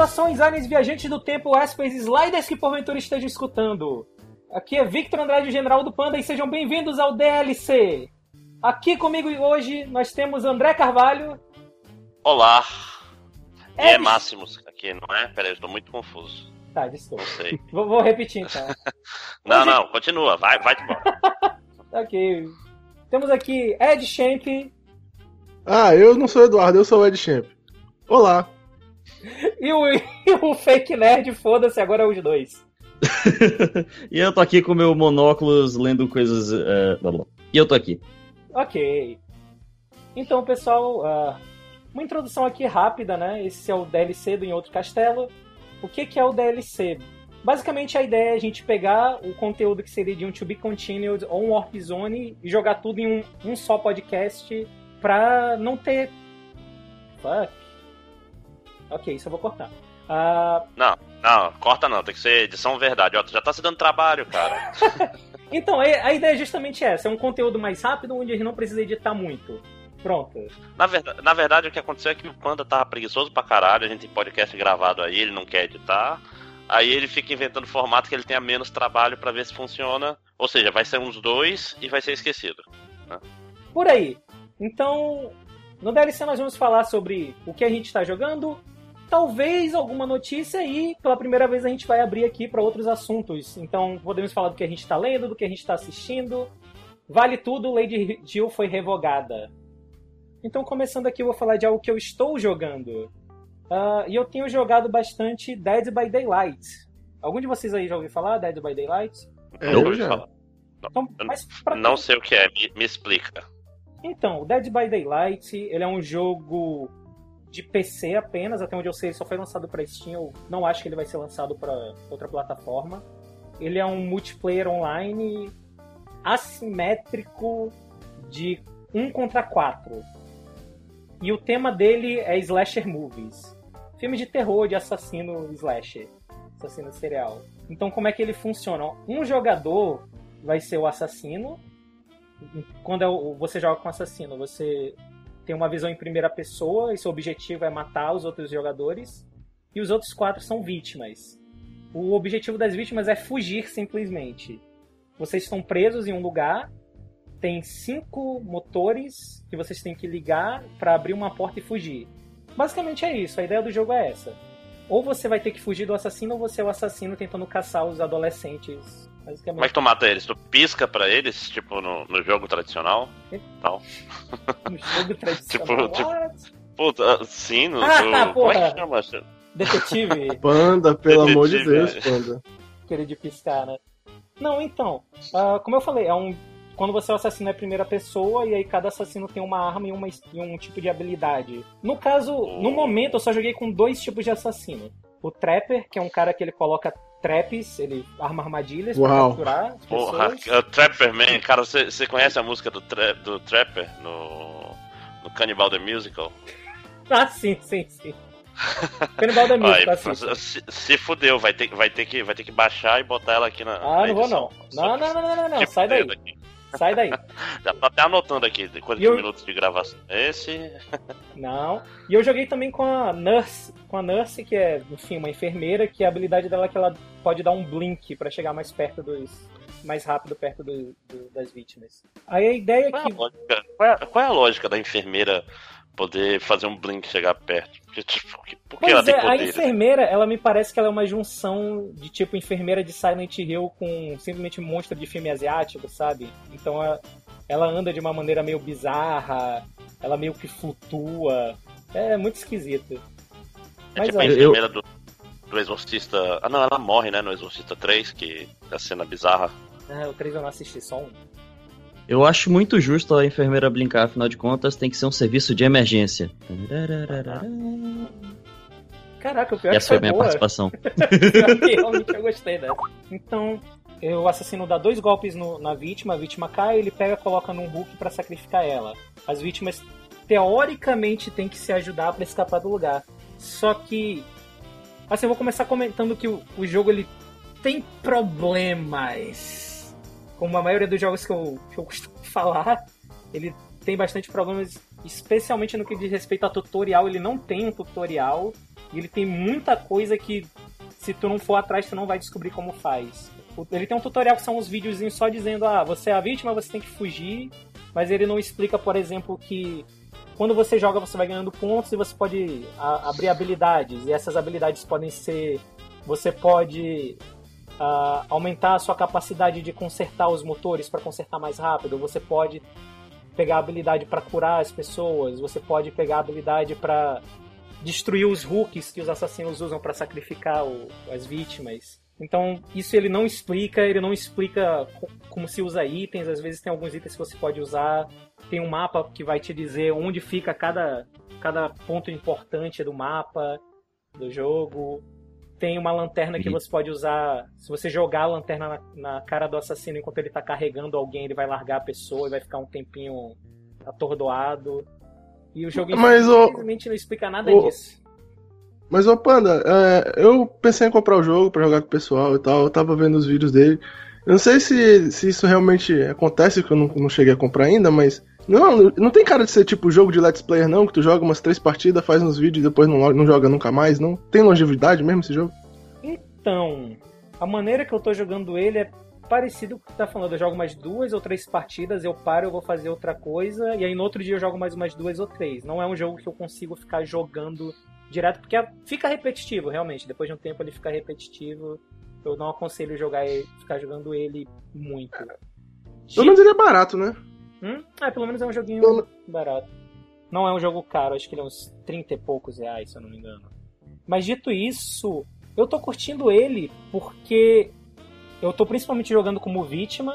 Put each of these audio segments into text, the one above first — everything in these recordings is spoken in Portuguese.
Saudações, aliens viajantes do tempo, aspas, sliders que porventura estejam escutando. Aqui é Victor Andrade, o General do Panda, e sejam bem-vindos ao DLC. Aqui comigo hoje nós temos André Carvalho. Olá. E é Máximos aqui, não é? Peraí, eu estou muito confuso. Tá, desculpa. Não sei. Vou repetir então. Não, continua, vai embora. Ok. Temos aqui Ed Champ. Eu não sou o Eduardo, eu sou o Ed Champ. Olá. E o Fake Nerd, foda-se, agora é os dois. E eu tô aqui com meu monóculos lendo coisas. E eu tô aqui. Ok. Então, pessoal, uma introdução aqui rápida, né? Esse é o DLC do Em Outro Castelo. O que é o DLC? Basicamente, a ideia é a gente pegar o conteúdo que seria de um To Be Continued ou um Warp Zone e jogar tudo em um só podcast pra não ter... Fuck. Ok, isso eu vou cortar. Não, corta não, tem que ser edição verdade. Ó, tu já tá se dando trabalho, cara. Então, a ideia é justamente essa. É um conteúdo mais rápido, onde a gente não precisa editar muito. Pronto. Na verdade, o que aconteceu é que o Panda tava preguiçoso pra caralho. A gente tem podcast gravado aí, ele não quer editar. Aí ele fica inventando formato que ele tenha menos trabalho pra ver se funciona. Ou seja, vai ser uns dois e vai ser esquecido, né? Por aí. Então, no DLC nós vamos falar sobre o que a gente tá jogando, talvez alguma notícia, e pela primeira vez a gente vai abrir aqui para outros assuntos. Então podemos falar do que a gente está lendo, do que a gente está assistindo. Vale tudo, Lady Jill foi revogada. Então, começando aqui, eu vou falar de algo que eu estou jogando. E eu tenho jogado bastante Dead by Daylight. Algum de vocês aí já ouviu falar Dead by Daylight? Eu já. Então, não sei o que é, me explica. Então, o Dead by Daylight, ele é um jogo de PC apenas, até onde eu sei, ele só foi lançado para Steam. Eu não acho que ele vai ser lançado para outra plataforma. Ele é um multiplayer online assimétrico de 1 contra 4. E o tema dele é slasher movies. Filme de terror, de assassino slasher. Assassino serial. Então, como é que ele funciona? Um jogador vai ser o assassino. Quando você joga com o assassino, você tem uma visão em primeira pessoa e seu objetivo é matar os outros jogadores. E os outros 4 são vítimas. O objetivo das vítimas é fugir, simplesmente. Vocês estão presos em um lugar, tem 5 motores que vocês têm que ligar para abrir uma porta e fugir. Basicamente é isso, a ideia do jogo é essa. Ou você vai ter que fugir do assassino, ou você é o assassino tentando caçar os adolescentes. Como é que tu mata eles? Tu pisca pra eles, tipo no jogo tradicional? Tal. No jogo tradicional? Puta, sim, no porra. Como é que chama? Detetive. Panda, pelo Detetive, amor de Deus, Panda. Aquele de piscar, né? Não, então, como eu falei, quando você é o assassino é a primeira pessoa, e aí cada assassino tem uma arma e um tipo de habilidade. No caso, no momento, eu só joguei com 2 tipos de assassino. O Trapper, que é um cara que ele coloca traps, ele arma armadilhas pra capturar as pessoas. Porra, Trapper Man, cara, você conhece a música do Trapper no Cannibal the Musical? Ah, sim. Cannibal the Musical, se fudeu, vai ter que baixar e botar ela aqui na não vou não. Não, sai daí. Sai daí. Já tô até anotando aqui, depois de minutos de gravação. Esse... Não. E eu joguei também com a Nurse, que é, enfim, uma enfermeira, que a habilidade dela é que ela pode dar um blink pra chegar mais perto mais rápido perto das vítimas. Aí a ideia é que... Qual é a lógica da enfermeira poder fazer um blink e chegar perto? Porque ela tem poder. A enfermeira, ela me parece que ela é uma junção de tipo enfermeira de Silent Hill com simplesmente monstro de filme asiático, sabe? Então ela anda de uma maneira meio bizarra, ela meio que flutua. É muito esquisito. Mas tipo a enfermeira do Exorcista... Ah, não, ela morre, né, no Exorcista 3, que é a cena bizarra. O 3 eu não assisti, só um. Eu acho muito justo a enfermeira brincar, afinal de contas tem que ser um serviço de emergência. Caraca, o pior Essa foi a minha participação. Realmente eu gostei dessa. Então, o assassino dá 2 golpes na vítima, a vítima cai, ele pega e coloca num hook pra sacrificar ela. As vítimas, teoricamente, têm que se ajudar pra escapar do lugar. Só que... Assim, eu vou começar comentando que o jogo, ele tem problemas. Como a maioria dos jogos que eu costumo falar, ele tem bastante problemas, especialmente no que diz respeito a tutorial. Ele não tem um tutorial e ele tem muita coisa que, se tu não for atrás, tu não vai descobrir como faz. Ele tem um tutorial que são uns videozinhos só dizendo, você é a vítima, você tem que fugir, mas ele não explica, por exemplo, que quando você joga, você vai ganhando pontos e você pode abrir habilidades, e essas habilidades podem ser... Você pode aumentar a sua capacidade de consertar os motores para consertar mais rápido, você pode pegar a habilidade para curar as pessoas, você pode pegar a habilidade para destruir os hooks que os assassinos usam para sacrificar as vítimas. Então, isso ele não explica como se usa itens, às vezes tem alguns itens que você pode usar, tem um mapa que vai te dizer onde fica cada ponto importante do mapa, do jogo. Tem uma lanterna que você pode usar, se você jogar a lanterna na cara do assassino enquanto ele tá carregando alguém, ele vai largar a pessoa e vai ficar um tempinho atordoado. E o jogo infelizmente não explica nada disso. Mas, Panda, eu pensei em comprar o jogo pra jogar com o pessoal e tal, eu tava vendo os vídeos dele. Eu não sei se isso realmente acontece, que eu não cheguei a comprar ainda, mas... Não tem cara de ser tipo jogo de Let's Player não, que tu joga umas 3 partidas, faz uns vídeos e depois não joga nunca mais, não? Tem longevidade mesmo esse jogo? Então, a maneira que eu tô jogando ele é parecido com o que tu tá falando. Eu jogo umas 2 ou 3 partidas, eu paro, eu vou fazer outra coisa, e aí no outro dia eu jogo mais umas 2 ou 3. Não é um jogo que eu consigo ficar jogando direto, porque fica repetitivo, realmente. Depois de um tempo ele fica repetitivo. Eu não aconselho ficar jogando ele muito. Pelo menos ele é barato, né? Pelo menos é um joguinho barato. Não é um jogo caro, acho que ele é uns 30 e poucos reais, se eu não me engano. Mas dito isso, eu tô curtindo ele porque eu tô principalmente jogando como vítima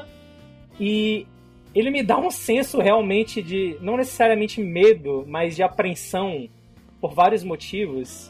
e ele me dá um senso realmente de, não necessariamente medo, mas de apreensão por vários motivos.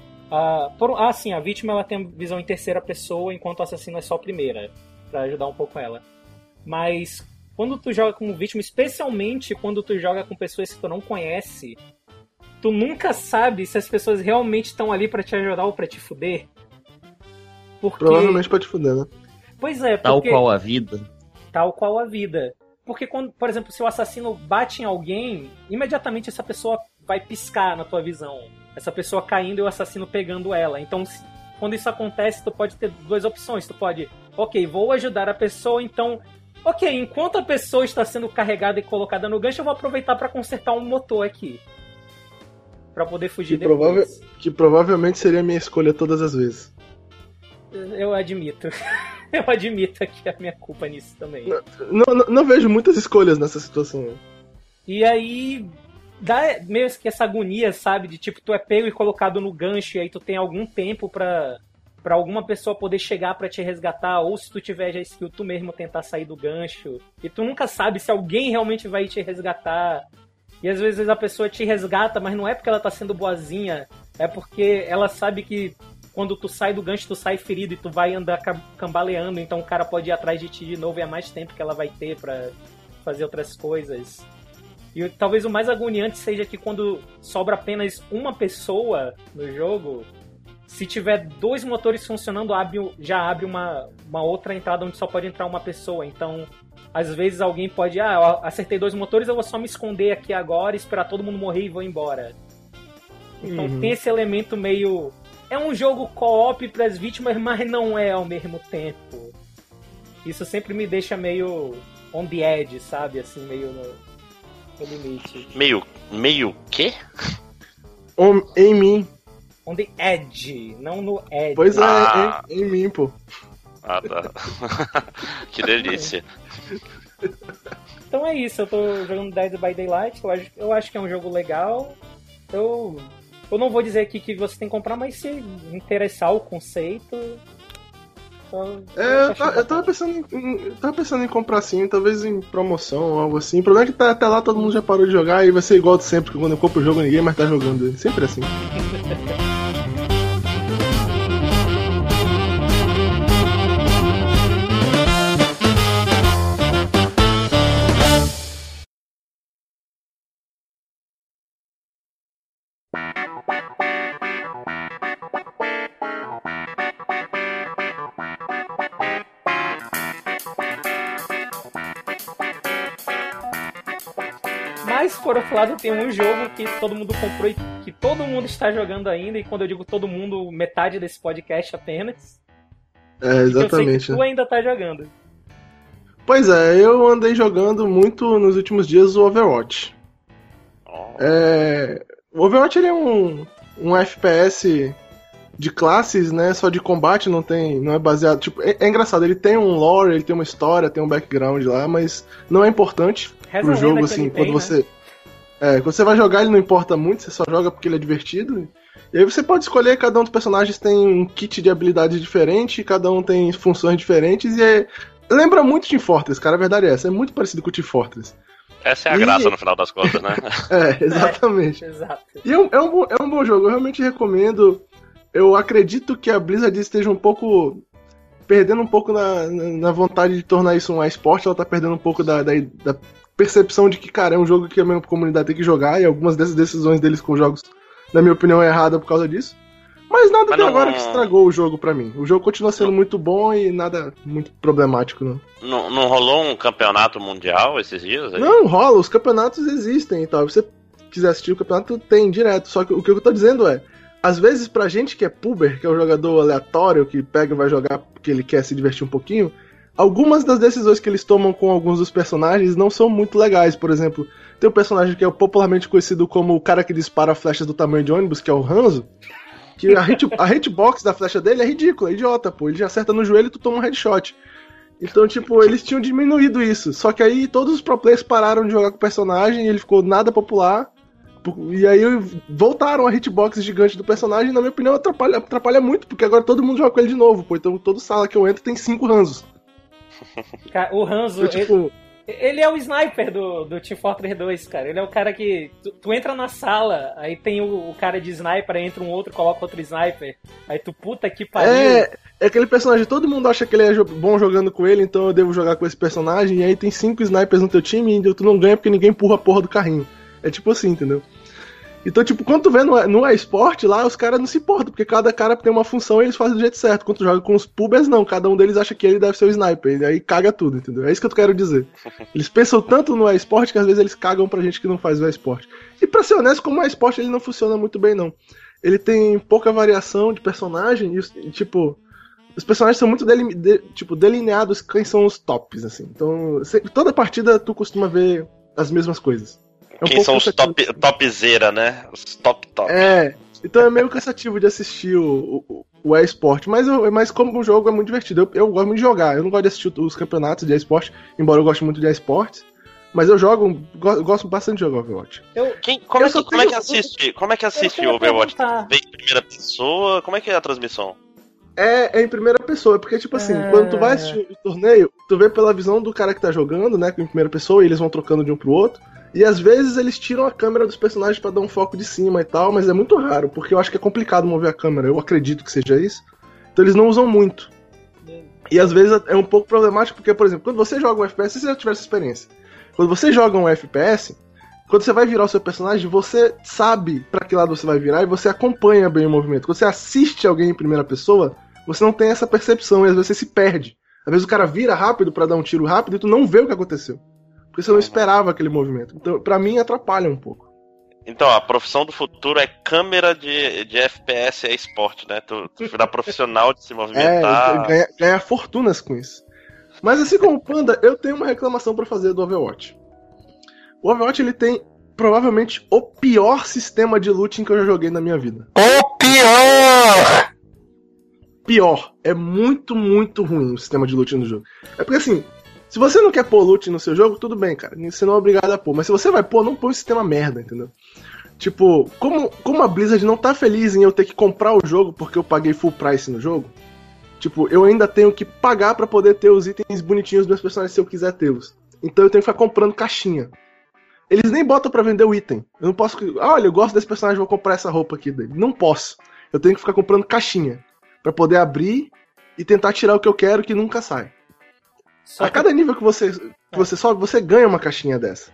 Sim, a vítima ela tem visão em terceira pessoa, enquanto o assassino é só a primeira, pra ajudar um pouco ela. Mas quando tu joga como vítima, especialmente quando tu joga com pessoas que tu não conhece, tu nunca sabe se as pessoas realmente estão ali pra te ajudar ou pra te fuder. Provavelmente pra te fuder, né? Pois é, Tal qual a vida. Tal qual a vida. Porque, quando, por exemplo, se o assassino bate em alguém, imediatamente essa pessoa vai piscar na tua visão. Essa pessoa caindo e o assassino pegando ela. Então, quando isso acontece, tu pode ter 2 opções. Tu pode, vou ajudar a pessoa, então... enquanto a pessoa está sendo carregada e colocada no gancho, eu vou aproveitar para consertar um motor aqui. Pra poder fugir depois. Que provavelmente seria a minha escolha todas as vezes. Eu admito. Eu admito aqui a minha culpa nisso também. Não vejo muitas escolhas nessa situação. E aí... dá meio que essa agonia, sabe? De tipo, tu é pego e colocado no gancho e aí tu tem algum tempo pra alguma pessoa poder chegar pra te resgatar, ou se tu tiver já skill, tu mesmo tentar sair do gancho. E tu nunca sabe se alguém realmente vai te resgatar. E às vezes a pessoa te resgata, mas não é porque ela tá sendo boazinha, é porque ela sabe que quando tu sai do gancho, tu sai ferido e tu vai andar cambaleando, então o cara pode ir atrás de ti de novo e é mais tempo que ela vai ter pra fazer outras coisas. E talvez o mais agoniante seja que quando sobra apenas uma pessoa no jogo, se tiver 2 motores funcionando, já abre uma outra entrada onde só pode entrar uma pessoa. Então, às vezes alguém pode... eu acertei 2 motores, eu vou só me esconder aqui agora, esperar todo mundo morrer e vou embora. Então tem esse elemento meio... É um jogo co-op pras vítimas, mas não é ao mesmo tempo. Isso sempre me deixa meio on the edge, sabe? Assim, meio no limite. Meio quê? Em mim. On the edge, não no edge. Pois em mim, pô. Ah, tá. Que delícia. Então é isso, eu tô jogando Dead by Daylight, eu acho que é um jogo legal. Eu não vou dizer aqui que você tem que comprar, mas se interessar o conceito... Eu tava pensando em comprar sim, talvez em promoção ou algo assim. O problema é que até lá todo mundo já parou de jogar e vai ser igual de sempre, que quando eu compro o jogo ninguém mais tá jogando ele. Sempre assim. Mas, por outro lado, tem um jogo que todo mundo comprou e que todo mundo está jogando ainda. E quando eu digo todo mundo, metade desse podcast apenas. Exatamente. E que eu sei que tu ainda tá jogando. Pois é, eu andei jogando muito nos últimos dias o Overwatch. O Overwatch ele é um FPS de classes, né? Só de combate, não é baseado... Tipo, é engraçado, ele tem um lore, ele tem uma história, tem um background lá, mas não é importante pro jogo, assim, quando você... quando você vai jogar ele não importa muito, você só joga porque ele é divertido. E aí você pode escolher, cada um dos personagens tem um kit de habilidades diferente, cada um tem funções diferentes, e lembra muito Team Fortress, cara, a verdade é essa, é muito parecido com o Team Fortress. Essa é a graça no final das contas, né? Exatamente. Exato. E é um bom jogo, eu realmente recomendo. Eu acredito que a Blizzard esteja um pouco... perdendo um pouco na vontade de tornar isso um esporte, ela tá perdendo um pouco da percepção de que, cara, é um jogo que a minha comunidade tem que jogar, e algumas dessas decisões deles com jogos, na minha opinião, é errada por causa disso. Mas nada até agora que estragou o jogo pra mim. O jogo continua sendo muito bom e nada muito problemático, não. Não rolou um campeonato mundial esses dias? Aí? Não, rola, os campeonatos existem e tal. Se você quiser assistir o campeonato, tem direto. Só que o que eu tô dizendo é, às vezes pra gente que é puber, que é um jogador aleatório, que pega e vai jogar porque ele quer se divertir um pouquinho, algumas das decisões que eles tomam com alguns dos personagens não são muito legais. Por exemplo, tem um personagem que é popularmente conhecido como o cara que dispara flechas do tamanho de ônibus, que é o Hanzo, que a hitbox da flecha dele é ridícula, é idiota, pô. Ele já acerta no joelho e tu toma um headshot. Então, tipo, eles tinham diminuído isso. Só que aí todos os pro players pararam de jogar com o personagem, ele ficou nada popular. E aí voltaram a hitbox gigante do personagem, e na minha opinião atrapalha muito, porque agora todo mundo joga com ele de novo, pô. Então toda sala que eu entro tem 5 Hanzos. O Hanzo, ele é o sniper do Team Fortress 2, cara. Ele é o cara que... Tu entra na sala, aí tem o cara de sniper, aí entra um outro, coloca outro sniper. Aí tu, puta que pariu. É aquele personagem, todo mundo acha que ele é bom jogando com ele, então eu devo jogar com esse personagem, e aí tem 5 snipers no teu time e tu não ganha porque ninguém empurra a porra do carrinho. É tipo assim, entendeu? Então, tipo, quando tu vê no eSport lá, os caras não se importam, porque cada cara tem uma função e eles fazem do jeito certo. Quando tu joga com os pubers, não. Cada um deles acha que ele deve ser o sniper. E aí caga tudo, entendeu? É isso que eu quero dizer. Eles pensam tanto no eSport que às vezes eles cagam pra gente que não faz o eSport. E pra ser honesto, como o eSport ele não funciona muito bem, não. Ele tem pouca variação de personagem e, tipo... Os personagens são muito delineados quem são os tops, assim. Então, toda partida tu costuma ver as mesmas coisas. Quem são os topzera, né? Os top. Então é meio cansativo de assistir o eSport, mas como o jogo é muito divertido, eu gosto muito de jogar, eu não gosto de assistir os campeonatos de eSport, embora eu goste muito de eSports, mas eu gosto bastante de jogar Overwatch. Como é que assiste o Overwatch? Vem em primeira pessoa? Como é que é a transmissão? É em primeira pessoa, porque tipo assim, quando tu vai assistir o torneio, tu vê pela visão do cara que tá jogando, né, em primeira pessoa, e eles vão trocando de um pro outro. E às vezes eles tiram a câmera dos personagens pra dar um foco de cima e tal, mas é muito raro, porque eu acho que é complicado mover a câmera, eu acredito que seja isso. Então eles não usam muito. E às vezes é um pouco problemático, porque, por exemplo, quando você joga um FPS, você já tiver essa experiência. Quando você joga um FPS, quando você vai virar o seu personagem, você sabe pra que lado você vai virar e você acompanha bem o movimento. Quando você assiste alguém em primeira pessoa, você não tem essa percepção e às vezes você se perde. Às vezes o cara vira rápido pra dar um tiro rápido e tu não vê o que aconteceu. Porque você não esperava aquele movimento. Então, pra mim, atrapalha um pouco. Então, a profissão do futuro é câmera de FPS e esporte, né? Tu virar profissional de se movimentar. Ganhar fortunas com isso. Mas assim como o Panda, eu tenho uma reclamação pra fazer do Overwatch. O Overwatch, ele tem, provavelmente, o pior sistema de looting que eu já joguei na minha vida. O pior! Pior. É muito, muito ruim o sistema de looting do jogo. É porque, assim... Se você não quer pôr loot no seu jogo, tudo bem, cara. Você não é obrigado a pôr. Mas se você vai pôr, não põe um sistema merda, entendeu? Tipo, como a Blizzard não tá feliz em eu ter que comprar o jogo porque eu paguei full price no jogo, tipo, eu ainda tenho que pagar pra poder ter os itens bonitinhos dos meus personagens se eu quiser tê-los. Então eu tenho que ficar comprando caixinha. Eles nem botam pra vender o item. Eu não posso... olha, eu gosto desse personagem, vou comprar essa roupa aqui dele. Não posso. Eu tenho que ficar comprando caixinha pra poder abrir e tentar tirar o que eu quero que nunca sai. A cada nível que você sobe, você ganha uma caixinha dessa.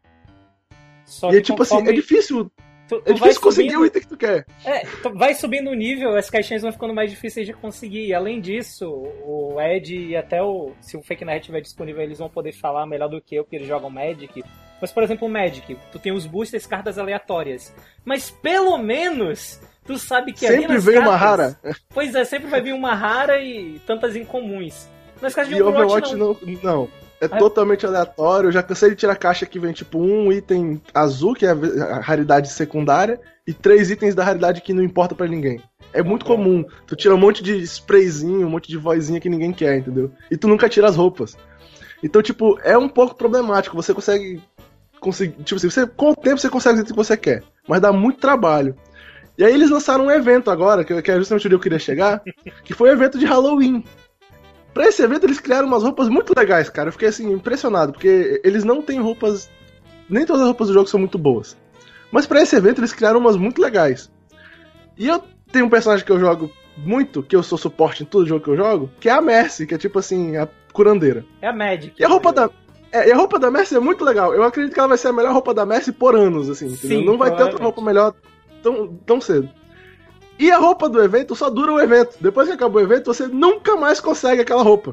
E é tipo assim, é difícil. É difícil conseguir o item que tu quer. Tu vai subindo o nível, as caixinhas vão ficando mais difíceis de conseguir. E além disso, o Ed e até se o Fake Nerd estiver disponível, eles vão poder falar melhor do que eu, porque eles jogam Magic. Mas, por exemplo, o Magic, tu tem os boosters, cartas aleatórias. Mas pelo menos tu sabe que ali Sempre nas vem cartas... uma rara. Pois é, sempre vai vir uma rara e tantas incomuns. Nas cartas de E Overwatch não. É totalmente aleatório. Eu já cansei de tirar caixa que vem tipo um item azul, que é a raridade secundária, e 3 itens da raridade que não importa pra ninguém. É muito comum. Tu tira um monte de sprayzinho, um monte de vozinha que ninguém quer, entendeu? E tu nunca tira as roupas. Então, tipo, é um pouco problemático. Você consegue. Tipo assim, com o tempo você consegue o que você quer. Mas dá muito trabalho. E aí eles lançaram um evento agora, que é justamente onde eu queria chegar, que foi o evento de Halloween. Pra esse evento eles criaram umas roupas muito legais, cara. Eu fiquei assim, impressionado, porque eles não têm roupas. Nem todas as roupas do jogo são muito boas. Mas pra esse evento eles criaram umas muito legais. E eu tenho um personagem que eu jogo muito, que eu sou suporte em todo jogo que eu jogo, que é a Mercy, que é tipo assim, a curandeira. É a Magic. E a roupa da Mercy é muito legal. Eu acredito que ela vai ser a melhor roupa da Mercy por anos, assim, entendeu? Sim, não vai ter outra roupa melhor tão cedo. E a roupa do evento só dura o evento. Depois que acabou o evento, você nunca mais consegue aquela roupa.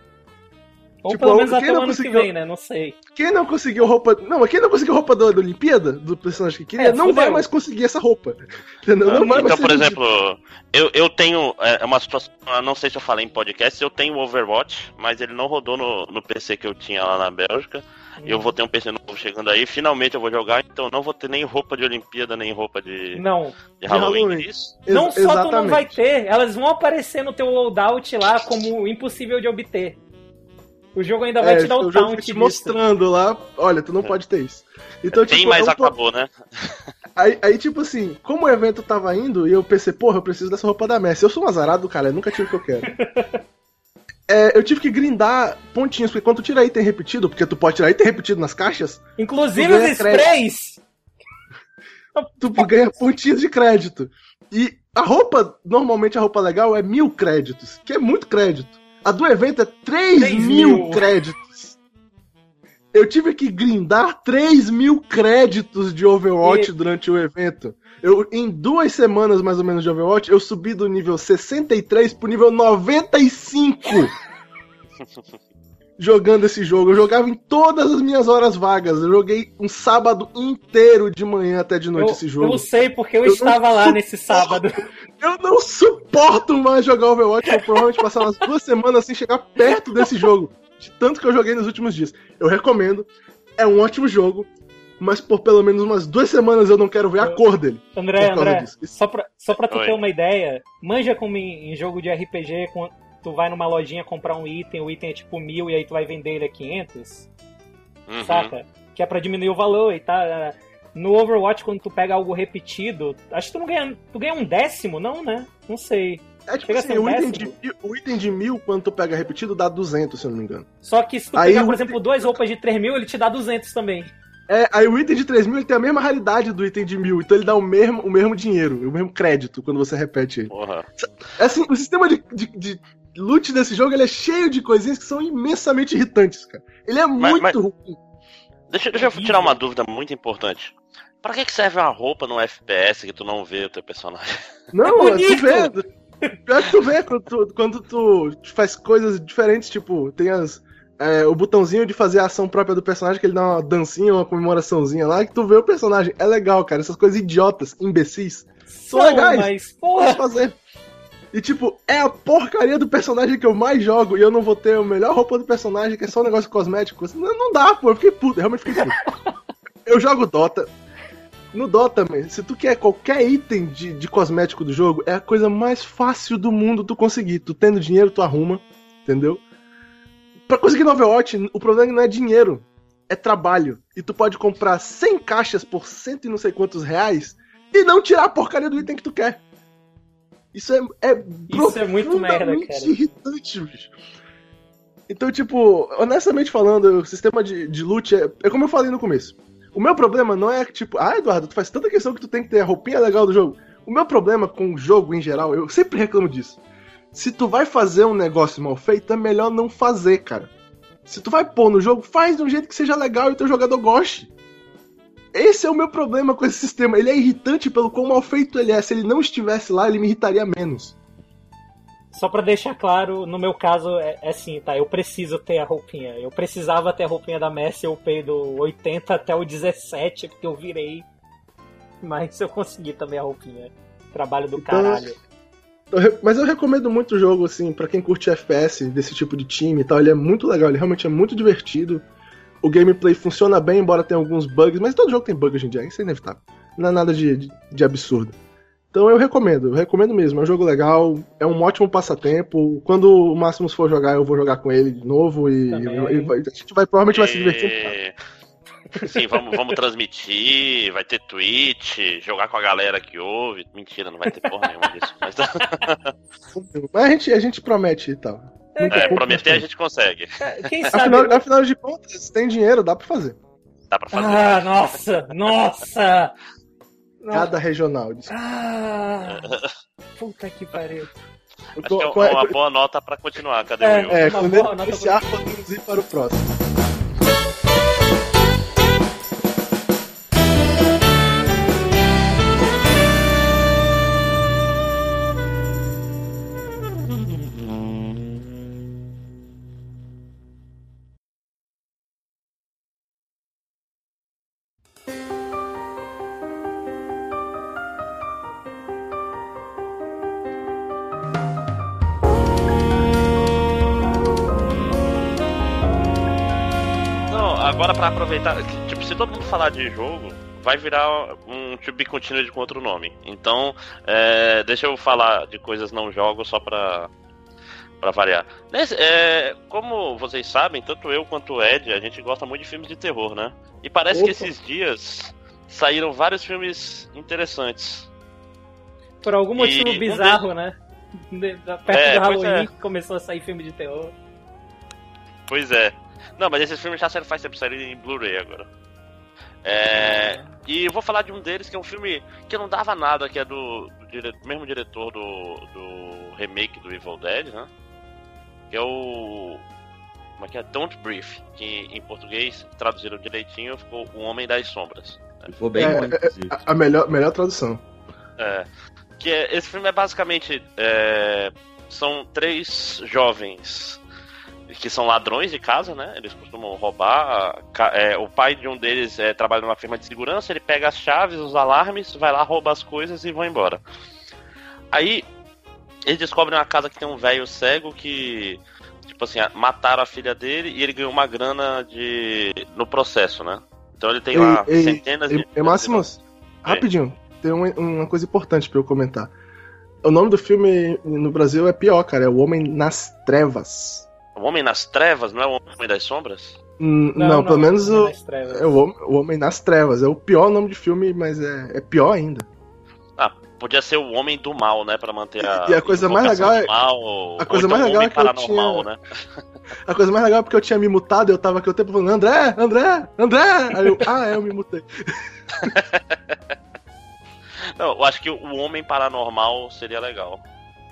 Ou pelo menos até o ano que vem, né? Não sei. Quem não conseguiu roupa... Não, quem não conseguiu roupa da Olimpíada, do personagem que queria, não vai mais conseguir essa roupa. Entendeu? Não vai então, mais por exemplo, eu tenho uma situação... Não sei se eu falei em podcast, eu tenho o Overwatch, mas ele não rodou no PC que eu tinha lá na Bélgica. E eu vou ter um PC novo chegando aí, finalmente eu vou jogar, então não vou ter nem roupa de Olimpíada, nem roupa de Halloween. Isso? Não só tu não vai ter, elas vão aparecer no teu loadout lá como impossível de obter. O jogo ainda vai te dar o taunt te mostrando lá, olha, tu não pode ter isso. Então, tem, tipo, mas acabou, né? Aí, tipo assim, como o evento tava indo, e eu pensei, porra, eu preciso dessa roupa da Messi. Eu sou um azarado, cara, eu nunca tive o que eu quero. Eu tive que grindar pontinhos, porque quando tu tira item repetido, porque tu pode tirar item repetido nas caixas... Inclusive os sprays! Tu ganha pontinhos de crédito. E a roupa, normalmente a roupa legal é 1000 créditos, que é muito crédito. A do evento é 3.000 créditos. Eu tive que grindar 3.000 créditos de Overwatch durante o evento. Em 2 semanas, mais ou menos, de Overwatch, eu subi do nível 63 pro nível 95. Jogando esse jogo. Eu jogava em todas as minhas horas vagas. Eu joguei um sábado inteiro, de manhã até de noite, esse jogo. Eu sei, porque eu estava lá nesse sábado. Eu não suporto mais jogar Overwatch. Eu vou provavelmente passar umas 2 semanas sem chegar perto desse jogo. De tanto que eu joguei nos últimos dias. Eu recomendo. É um ótimo jogo. Mas por pelo menos umas 2 semanas eu não quero ver a cor dele. André, só pra tu ter uma ideia, manja como em jogo de RPG, quando tu vai numa lojinha comprar um item, o item é tipo 1000 e aí tu vai vender ele a 500, saca? Que é pra diminuir o valor e tá. No Overwatch, quando tu pega algo repetido, acho que tu ganha um décimo, não, né? Não sei. É tipo assim, o item de 1000, quando tu pega repetido, dá 200, se eu não me engano. Só que se tu pegar, por exemplo, 2 roupas de 3000, ele te dá 200 também. Aí o item de 3.000 ele tem a mesma raridade do item de 1000, então ele dá o mesmo dinheiro, o mesmo crédito quando você repete ele. Porra. Assim, o sistema de loot desse jogo ele é cheio de coisinhas que são imensamente irritantes, cara. Ele é muito ruim. Deixa eu tirar uma dúvida muito importante. Pra que serve uma roupa num FPS que tu não vê o teu personagem? Não, tu vê. Pior que tu vê quando tu faz coisas diferentes, tipo, tem o botãozinho de fazer a ação própria do personagem, que ele dá uma dancinha, uma comemoraçãozinha lá, que tu vê o personagem. É legal, cara. Essas coisas idiotas, imbecis, são legais. Mas, porra. Fazer. E tipo, é a porcaria do personagem que eu mais jogo e eu não vou ter a melhor roupa do personagem, que é só um negócio cosmético. Não dá, pô. Eu fiquei puto, realmente fiquei puto. Eu jogo Dota. No Dota, man, se tu quer qualquer item de cosmético do jogo, é a coisa mais fácil do mundo tu conseguir. Tu tendo dinheiro, tu arruma, entendeu? Pra conseguir no Overwatch, o problema não é dinheiro, é trabalho. E tu pode comprar 100 caixas por 100 e não sei quantos reais e não tirar a porcaria do item que tu quer. Isso é muito merda, cara. Irritante, bicho. Então, tipo, honestamente falando, o sistema de loot é como eu falei no começo. O meu problema não é tipo, Eduardo, tu faz tanta questão que tu tem que ter a roupinha legal do jogo. O meu problema com o jogo em geral, eu sempre reclamo disso. Se tu vai fazer um negócio mal feito, é melhor não fazer, cara. Se tu vai pôr no jogo, faz de um jeito que seja legal e o teu jogador goste. Esse é o meu problema com esse sistema. Ele é irritante pelo quão mal feito ele é. Se ele não estivesse lá, ele me irritaria menos. Só pra deixar claro, no meu caso é assim, tá? Eu preciso ter a roupinha. Eu precisava ter a roupinha da Messi, eu upei do 80 até o 17, porque eu virei. Mas eu consegui também a roupinha. Trabalho do caralho. Mas eu recomendo muito o jogo, assim, pra quem curte FPS, desse tipo de time e tal. Ele é muito legal, ele realmente é muito divertido. O gameplay funciona bem, embora tenha alguns bugs, mas todo jogo tem bug hoje em dia, isso é inevitável. Não é nada de absurdo. Então eu recomendo mesmo. É um jogo legal, é um ótimo passatempo. Quando o Máximos for jogar, eu vou jogar com ele de novo e a gente provavelmente vai se divertir. Sim, vamos transmitir, vai ter Twitch, jogar com a galera que ouve. Mentira, não vai ter porra nenhuma disso. Mas a gente promete e tal. Prometer a gente consegue. Quem sabe? Afinal de contas, se tem dinheiro, dá pra fazer. Dá pra fazer. Ah, nossa! Cada regional. Puta que pariu. Acho que é uma boa nota pra continuar. Cadê o Will? Esse ar podemos ir para o próximo. Agora pra aproveitar, tipo, se todo mundo falar de jogo, vai virar um to be continued com outro nome. Então, deixa eu falar de coisas não jogos só pra variar. Como vocês sabem, tanto eu quanto o Ed, a gente gosta muito de filmes de terror, né? E parece que esses dias saíram vários filmes interessantes. Por algum motivo bizarro, né? Perto do Halloween começou a sair filme de terror. Pois é. Não, mas esses filmes já faz tempo, saíram em Blu-ray agora. E eu vou falar de um deles, que é um filme que não dava nada, que é do mesmo diretor do remake do Evil Dead, né? Que é o... Como é que é? Don't Breathe, que em português, traduziram direitinho, ficou O Homem das Sombras. Ficou bem bom, a melhor tradução. Esse filme é basicamente... são 3 jovens... que são ladrões de casa, né? Eles costumam roubar. O pai de um deles trabalha numa firma de segurança, ele pega as chaves, os alarmes, vai lá, rouba as coisas e vão embora. Aí, eles descobrem uma casa que tem um velho cego que, tipo assim, mataram a filha dele e ele ganhou uma grana no processo, né? Então ele tem lá centenas de... Máximos, rapidinho, tem uma coisa importante pra eu comentar. O nome do filme no Brasil é pior, cara, é O Homem nas Trevas. O Homem nas Trevas, não é o Homem das Sombras? Não, pelo menos é o Homem nas Trevas. É o pior nome de filme, mas é pior ainda. Podia ser o Homem do Mal, né? Pra manter e a coisa mais legal é... A coisa mais legal é que eu tinha... né? A coisa mais legal é porque eu tinha me mutado e eu tava aqui o tempo falando André! Aí eu me mutei. Não, eu acho que o Homem Paranormal seria legal.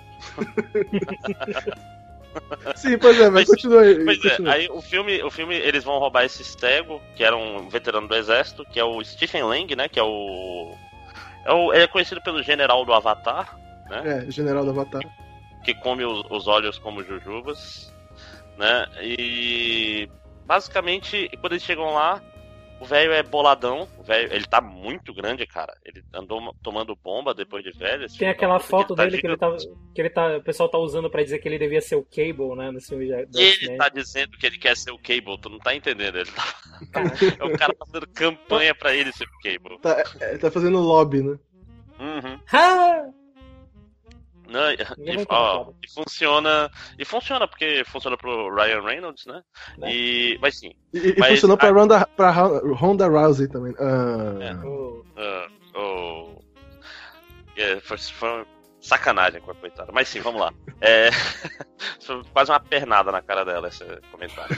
Sim, pois é, mas continua aí. Aí o filme, eles vão roubar esse cego, que era um veterano do exército, que é o Stephen Lang, né? Que ele é conhecido pelo general do Avatar, né? General do Avatar. Que come os olhos como jujubas, né? E basicamente, quando eles chegam lá, o velho é boladão. Ele tá muito grande, cara. Ele andou tomando bomba depois de velho. Tem aquela foto dele que o pessoal tá usando pra dizer que ele devia ser o Cable, né? No filme ele tá dizendo que ele quer ser o Cable, tu não tá entendendo. Ele tá... o cara tá fazendo campanha pra ele ser o Cable. Tá fazendo lobby, né? Uhum. Não, e funciona porque funciona pro Ryan Reynolds, né? Mas sim. Mas funcionou pra Ronda Rousey também. Foi sacanagem com a coitada. Mas sim, vamos lá. Foi quase uma pernada na cara dela esse comentário.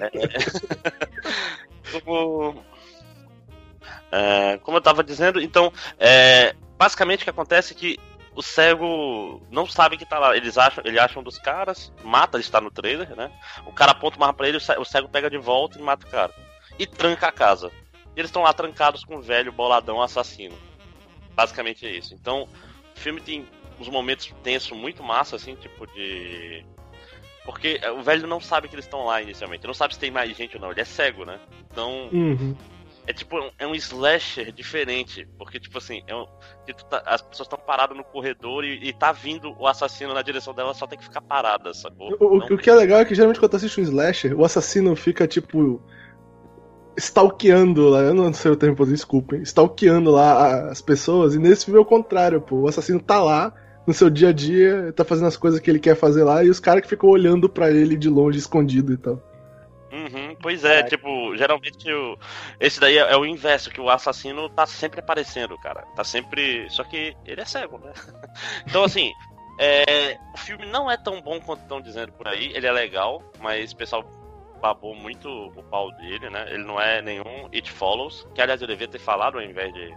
Como eu tava dizendo, então, basicamente o que acontece é que o cego não sabe que tá lá. Ele acham dos caras, mata, ele está no trailer, né? O cara aponta uma arma pra ele, o cego pega de volta e mata o cara. E tranca a casa. E eles estão lá trancados com um velho boladão assassino. Basicamente é isso. Então, o filme tem uns momentos tensos muito massa, assim, tipo de... Porque o velho não sabe que eles estão lá inicialmente. Ele não sabe se tem mais gente ou não. Ele é cego, né? Então... É tipo, é um slasher diferente. Porque, tipo assim, as pessoas estão paradas no corredor e tá vindo o assassino na direção dela, só tem que ficar parada, sacou? O que é legal é que geralmente quando tu assiste um slasher, o assassino fica, tipo... stalkeando lá, eu não sei o termo, desculpem, stalkeando lá as pessoas, e nesse filme é o contrário, pô, o assassino tá lá, no seu dia a dia, tá fazendo as coisas que ele quer fazer lá, e os caras que ficam olhando pra ele de longe, escondido e tal. Pois é, tipo, geralmente esse daí é o inverso, que o assassino tá sempre aparecendo, cara, tá sempre, só que ele é cego, né? Então assim, o filme não é tão bom quanto estão dizendo por aí, ele é legal, mas o pessoal babou muito o pau dele, né? Ele não é nenhum It Follows, que aliás eu devia ter falado ao invés de...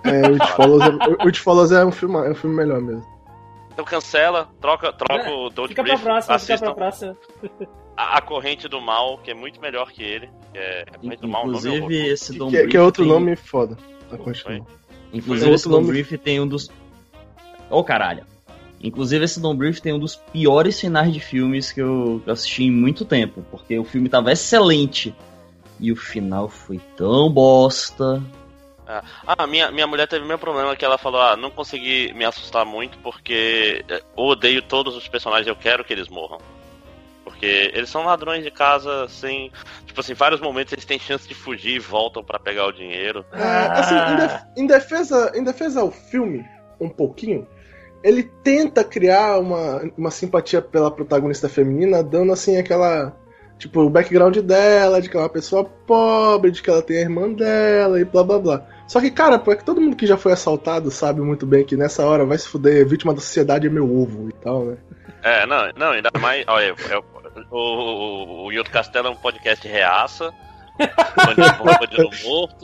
o It Follows é um filme melhor mesmo. Então cancela, troca o Don't Fica Brief, pra próxima, assistam fica pra próxima. a Corrente do Mal, que é muito melhor que ele. A Corrente do Mal, inclusive, esse Don't que é outro nome foda. A Corrente do Mal. Inclusive, esse Don't Brief tem um dos... caralho. Inclusive, esse Don't Brief tem um dos piores finais de filmes que eu assisti em muito tempo, porque o filme tava excelente e o final foi tão bosta. Minha mulher teve o mesmo problema, que ela falou, não consegui me assustar muito porque eu odeio todos os personagens, eu quero que eles morram. Porque eles são ladrões de casa, sem... Tipo assim, em vários momentos eles têm chance de fugir e voltam pra pegar o dinheiro. Assim, em defesa ao filme, um pouquinho, ele tenta criar uma simpatia pela protagonista feminina, dando assim aquela... Tipo, o background dela, de que ela é uma pessoa pobre, de que ela tem a irmã dela e blá blá blá. Só que, cara, porque todo mundo que já foi assaltado sabe muito bem que nessa hora vai se fuder, vítima da sociedade é meu ovo e tal, né? Não, ainda mais... Olha, o Yoto Castelo é um podcast reaça, bandido morto.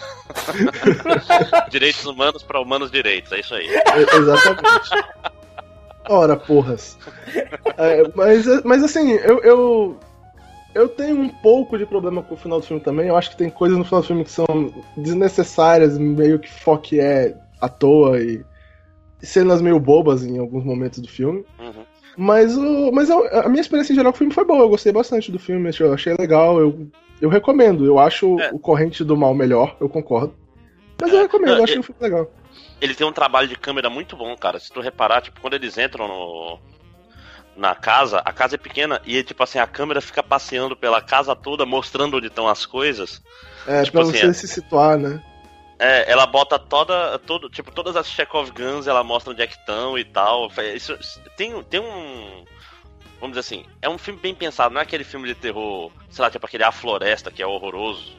Direitos humanos para humanos direitos, é isso aí. Exatamente. Ora, porras. Mas assim, eu tenho um pouco de problema com o final do filme também. Eu acho que tem coisas no final do filme que são desnecessárias, meio que foque à toa e cenas meio bobas em alguns momentos do filme. Mas a minha experiência em geral com o filme foi boa. Eu gostei bastante do filme, eu achei legal. Eu recomendo. Eu acho o Corrente do Mal melhor, eu concordo. Mas eu recomendo, eu achei o filme legal. Ele tem um trabalho de câmera muito bom, cara. Se tu reparar, tipo, quando eles entram na casa, a casa é pequena e, tipo assim, a câmera fica passeando pela casa toda, mostrando onde estão as coisas. Tipo pra assim, você se situar, né? Ela bota todas as Chekhov Guns, ela mostra onde é que estão e tal. Isso, tem um... Vamos dizer assim, é um filme bem pensado, não é aquele filme de terror, sei lá, tipo aquele A Floresta, que é horroroso.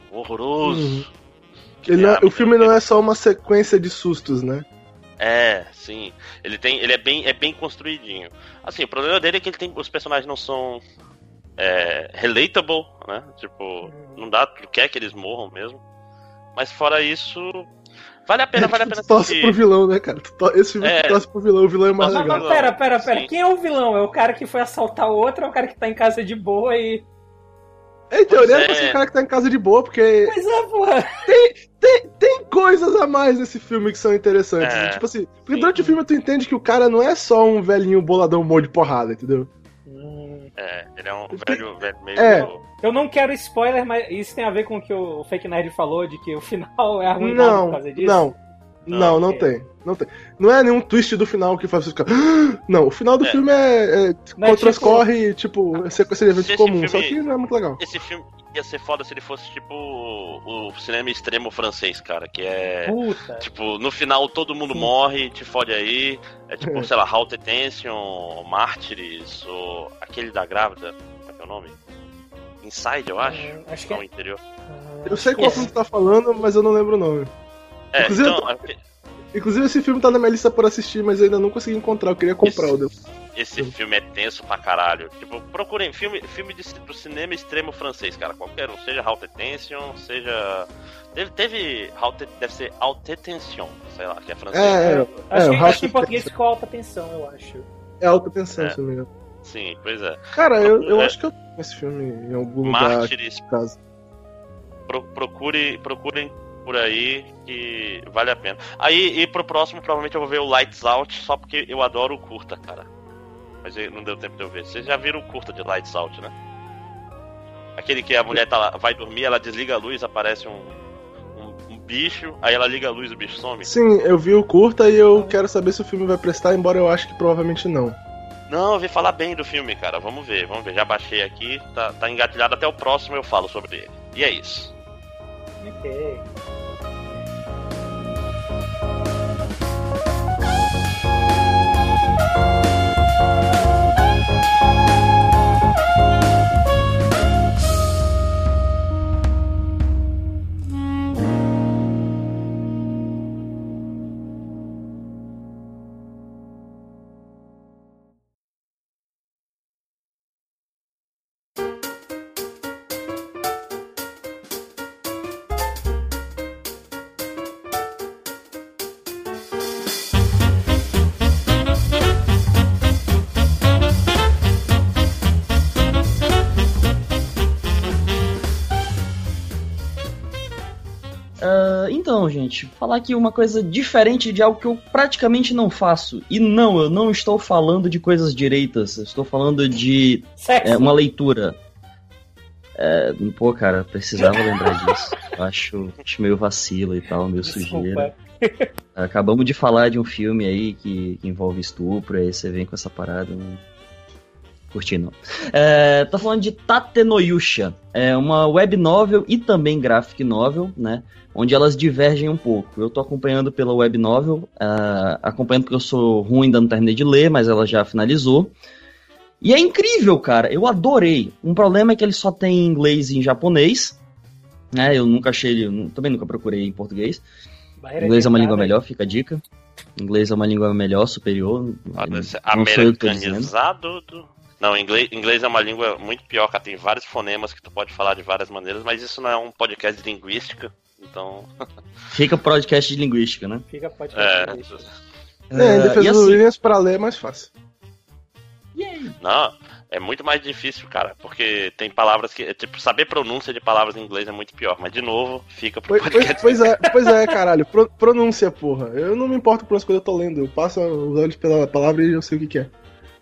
O filme não é só uma sequência de sustos, né? Sim. Ele é bem construidinho. Assim, o problema dele é que os personagens não são relatable, né? Tipo, não dá, tu quer que eles morram mesmo. Mas fora isso, vale a pena tu torce pro vilão, né, cara? Esse filme tu torce pro vilão, o vilão é mais legal. Mas pera. Quem é o vilão? É o cara que foi assaltar o outro ou é o cara que tá em casa de boa e... Em teoria é o cara que tá em casa de boa, porque... Pois é, porra. Tem coisas a mais nesse filme que são interessantes. Tipo assim, porque durante o filme tu entende que o cara não é só um velhinho boladão morro de porrada, entendeu? Ele é um velho meio... É. Eu não quero spoiler, mas isso tem a ver com o que o Fake Nerd falou, de que o final é arruinado por causa disso? Não tem. Não é nenhum twist do final que faz você ficar... Não, o final do filme transcorre, tipo, sequência de eventos comum, só que não é muito legal. Esse filme ia ser foda se ele fosse tipo o cinema extremo francês, cara, que é... Puta. Tipo, no final todo mundo morre, te fode aí. É tipo, sei lá, Haute Tension, Mártires, ou aquele da grávida, como é que é o nome? Inside, eu acho. Acho que é. O interior. Eu sei qual filme tu tá falando, mas eu não lembro o nome. Inclusive esse filme tá na minha lista por assistir, mas eu ainda não consegui encontrar, eu queria comprar o Esse filme é tenso pra caralho. Tipo, procurem filme do cinema extremo francês, cara. Qualquer um, seja Haute Tension, seja... Deve ser Haute Tension, sei lá, que é francês. Acho que em português ficou Alta Tensão, eu acho. É Alta Tensão, se não me engano. Sim, pois é. Cara, eu acho que eu tenho esse filme em algum lugar Mártires, de casa. Procurem por aí que vale a pena. Aí, e pro próximo, provavelmente eu vou ver o Lights Out, só porque eu adoro o curta, cara. Mas não deu tempo de eu ver. Vocês já viram o curta de Lights Out, né? Aquele que a mulher vai dormir, ela desliga a luz, aparece um bicho, aí ela liga a luz e o bicho some. Sim, eu vi o curta e eu quero saber se o filme vai prestar, embora eu acho que provavelmente não. Não, eu ouvi falar bem do filme, cara. Vamos ver. Já baixei aqui, tá engatilhado. Até o próximo eu falo sobre ele. E é isso. Ok. Então, gente, falar aqui uma coisa diferente de algo que eu praticamente não faço. E não, eu não estou falando de coisas direitas, eu estou falando de uma leitura. Pô, cara, precisava lembrar disso. Eu acho meio vacilo e tal, meio sujeira. Acabamos de falar de um filme aí que envolve estupro, aí você vem com essa parada. Não curti, não. Tô falando de Tate no Yusha. É uma web novel e também graphic novel, né? Onde elas divergem um pouco. Eu tô acompanhando pela web novel, acompanhando porque eu sou ruim, ainda não terminei de ler, mas ela já finalizou. E é incrível, cara. Eu adorei. Um problema é que ele só tem em inglês e em japonês, né? Eu nunca achei ele, também nunca procurei em português. Inglês é uma língua melhor, fica a dica. Inglês é uma língua melhor, superior. Americanizado? Não, inglês é uma língua muito pior, cara. Tem vários fonemas que tu pode falar de várias maneiras, mas isso não é um podcast de linguística, então... Fica podcast de linguística, né? Fica podcast de linguística. Em defesa do Williams, pra ler é mais fácil. Não, é muito mais difícil, cara, porque tem palavras que... Tipo, saber pronúncia de palavras em inglês é muito pior, mas de novo, fica pro podcast. Pois é, caralho. Pronúncia, porra. Eu não me importo por as coisas que eu tô lendo. Eu passo os olhos pela palavra e eu sei o que é.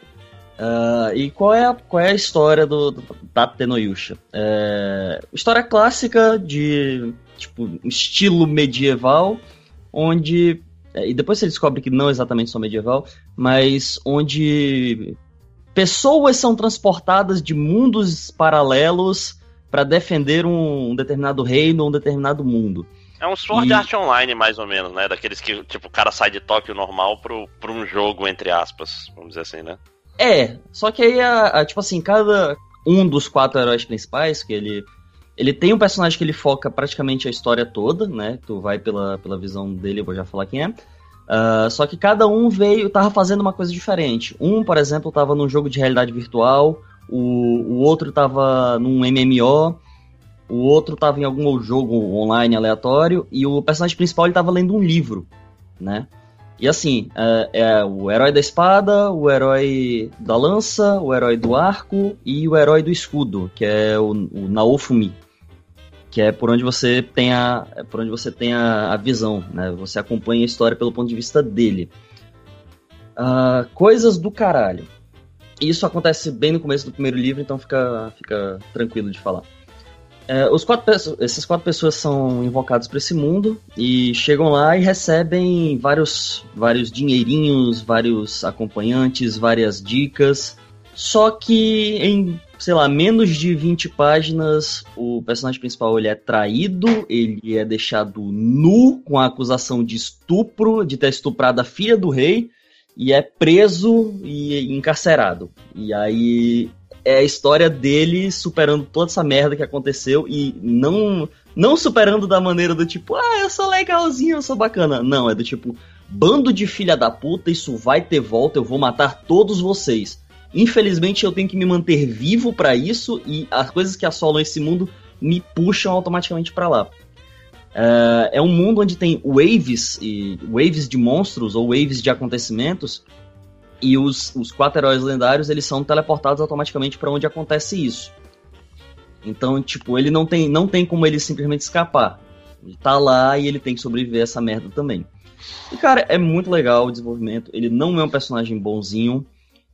E qual é a história do Tate no Yusha? História clássica de tipo estilo medieval, onde e depois você descobre que não exatamente só medieval, mas onde pessoas são transportadas de mundos paralelos para defender um determinado reino, um determinado mundo. É um Sword Art Online, mais ou menos, né? Daqueles que tipo o cara sai de Tóquio normal pra um jogo, entre aspas, vamos dizer assim, né? Só que aí, tipo assim, cada um dos 4 heróis principais, que ele tem um personagem que ele foca praticamente a história toda, né? Tu vai pela visão dele, eu vou já falar quem é. Só que cada um tava fazendo uma coisa diferente. Um, por exemplo, tava num jogo de realidade virtual, o outro tava num MMO, o outro tava em algum jogo online aleatório, e o personagem principal ele tava lendo um livro, né? E assim, o herói da espada, o herói da lança, o herói do arco e o herói do escudo, que é o Naofumi, que é por onde você tem a visão, né? Você acompanha a história pelo ponto de vista dele. Coisas do caralho. Isso acontece bem no começo do primeiro livro, então fica tranquilo de falar. Essas 4 pessoas são invocadas para esse mundo e chegam lá e recebem vários dinheirinhos, vários acompanhantes, várias dicas. Só que em, sei lá, menos de 20 páginas, o personagem principal ele é traído, ele é deixado nu com a acusação de estupro, de ter estuprado a filha do rei, e é preso e encarcerado. E aí é a história dele superando toda essa merda que aconteceu e não superando da maneira do tipo, eu sou legalzinho, eu sou bacana. Não, é do tipo, bando de filha da puta, isso vai ter volta, eu vou matar todos vocês. Infelizmente eu tenho que me manter vivo pra isso e as coisas que assolam esse mundo me puxam automaticamente pra lá. É um mundo onde tem waves de monstros ou waves de acontecimentos. E os 4 heróis lendários, eles são teleportados automaticamente para onde acontece isso. Então, tipo, ele não tem como ele simplesmente escapar. Ele tá lá e ele tem que sobreviver a essa merda também. E, cara, é muito legal o desenvolvimento. Ele não é um personagem bonzinho.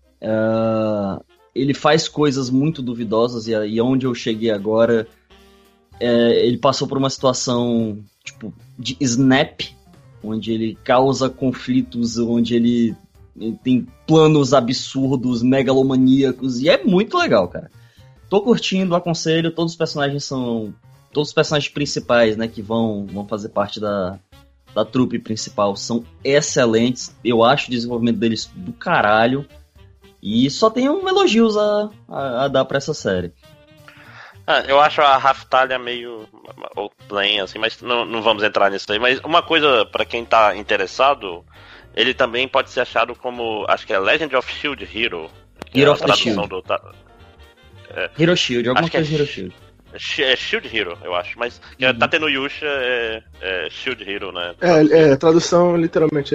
Ele faz coisas muito duvidosas. E onde eu cheguei agora, ele passou por uma situação tipo de snap, onde ele causa conflitos, onde ele tem planos absurdos, megalomaníacos. E é muito legal, cara. Tô curtindo, aconselho. Todos os personagens principais, né, que vão fazer parte da trupe principal são excelentes. Eu acho o desenvolvimento deles do caralho. E só tenho elogios a dar pra essa série. Eu acho a Raftalha meio plain, assim, mas não vamos entrar nisso aí. Mas uma coisa, pra quem tá interessado, ele também pode ser achado como, acho que é Legend of Shield Hero. Hero of the Shield. Hero Shield, alguma coisa de Hero Shield. É Shield Hero, eu acho, mas tá tendo Yusha, Shield Hero, né? A tradução literalmente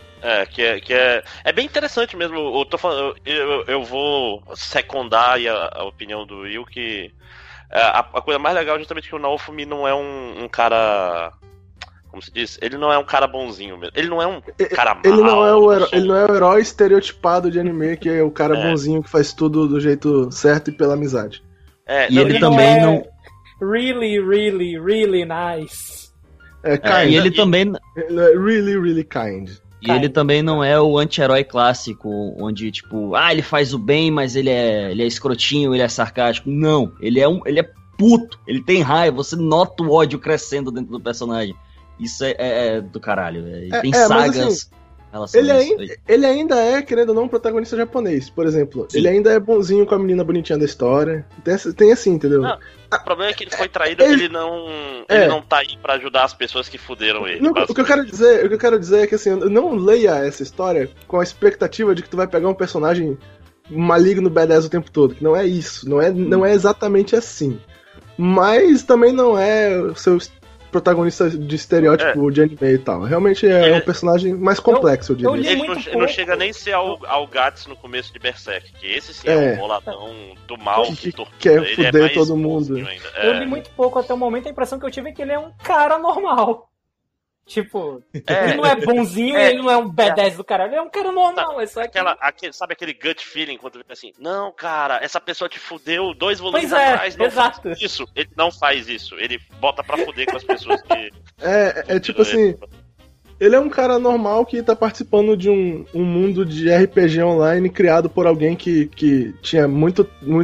É bem interessante mesmo. Eu vou secundar a opinião do Will, que a coisa mais legal é justamente que o Naofumi não é um cara, como se diz, ele não é um cara bonzinho mesmo. Ele não é um cara mau. Ele não é o herói estereotipado de anime, que é o cara bonzinho que faz tudo do jeito certo e pela amizade. E ele também não... Really, really, really nice. Kind. E ele também... Really, really kind. E ele também não é o anti-herói clássico, onde, tipo, ele faz o bem, mas ele é escrotinho, ele é sarcástico. Não, ele é puto, ele tem raiva, você nota o ódio crescendo dentro do personagem. Isso é do caralho. Ele tem sagas... Ele ainda é, querendo ou não, um protagonista japonês, por exemplo. Sim. Ele ainda é bonzinho com a menina bonitinha da história. Tem assim, entendeu? Não, o problema é que ele foi traído, ele não tá aí pra ajudar as pessoas que fuderam ele. Não, o que eu quero dizer é que assim, não leia essa história com a expectativa de que tu vai pegar um personagem maligno badass o tempo todo. Que não é isso. Não é exatamente assim. Mas também não é o seu protagonista de estereótipo de anime e tal. Realmente é um personagem mais complexo, eu diria. Ele não chega nem a ser ao Gats no começo de Berserk, que esse sim é um boladão do mal que quer fuder todo mundo. Eu li muito pouco até o momento, a impressão que eu tive é que ele é um cara normal. Tipo, ele não é bonzinho e ele não é um badass do caralho, ele é um cara normal. Sabe aquele gut feeling quando ele fica assim, não, cara, essa pessoa te fudeu 2 volumes atrás, não faz isso. Ele não faz isso, ele bota pra fuder com as pessoas que... tipo assim, ele é um cara normal que tá participando de um mundo de RPG online criado por alguém que tinha muito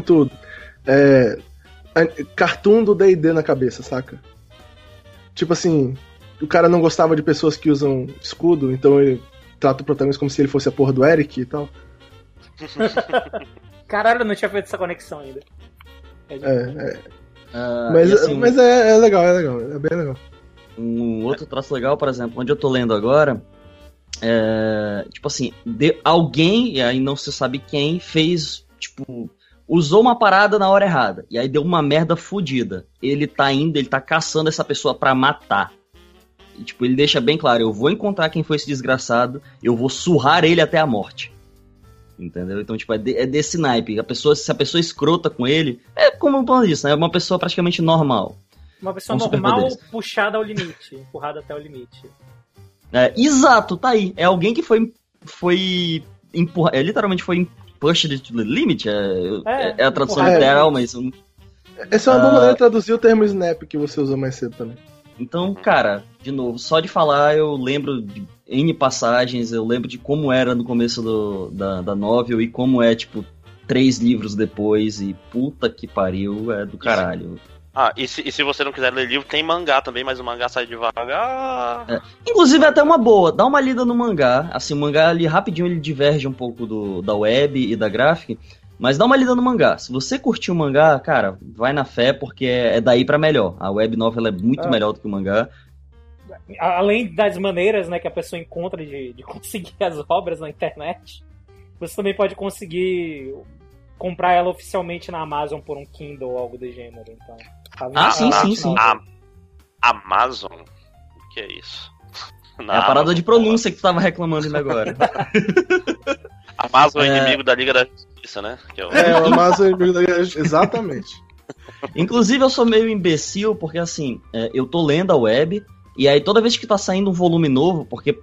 cartoon do D&D na cabeça, saca? Tipo assim... O cara não gostava de pessoas que usam escudo, então ele trata o protagonista como se ele fosse a porra do Eric e tal. Caralho, eu não tinha feito essa conexão ainda. Mas é legal, é bem legal. Um outro traço legal, por exemplo, onde eu tô lendo agora, tipo assim, alguém, e aí não se sabe quem, fez, tipo, usou uma parada na hora errada, e aí deu uma merda fodida. Ele tá caçando essa pessoa pra matar. E, tipo, ele deixa bem claro, eu vou encontrar quem foi esse desgraçado, eu vou surrar ele até a morte. Entendeu? Então, tipo, é desse naipe. Se a pessoa escrota com ele, é como um plano disso, né? É uma pessoa praticamente normal. Uma pessoa normal puxada ao limite, empurrada até o limite. Exato, tá aí. É alguém que foi empurrado, literalmente foi pushed to the limit, é a tradução literal, mas... Essa é uma boa maneira de traduzir o termo snap que você usou mais cedo também. Então, cara, de novo, só de falar eu lembro de N passagens, eu lembro de como era no começo da novel e como é, tipo, 3 livros depois e puta que pariu, é do caralho. E se você não quiser ler livro, tem mangá também, mas o mangá sai devagar. Inclusive é até uma boa, dá uma lida no mangá, assim, o mangá ali rapidinho ele diverge um pouco da web e da graphic, mas dá uma lida no mangá. Se você curtiu o mangá, cara, vai na fé, porque é daí pra melhor. A web novel é muito melhor do que o mangá. Além das maneiras, né, que a pessoa encontra de conseguir as obras na internet, você também pode conseguir comprar ela oficialmente na Amazon por um Kindle ou algo do gênero. Então, sim. Amazon? O que é isso? É a parada de pronúncia que tu tava reclamando ainda agora. Amazon é inimigo da Liga da Justiça, né? O Amazon é inimigo da Liga da Justiça, exatamente. Inclusive, eu sou meio imbecil, porque assim, eu tô lendo a web, e aí toda vez que tá saindo um volume novo, porque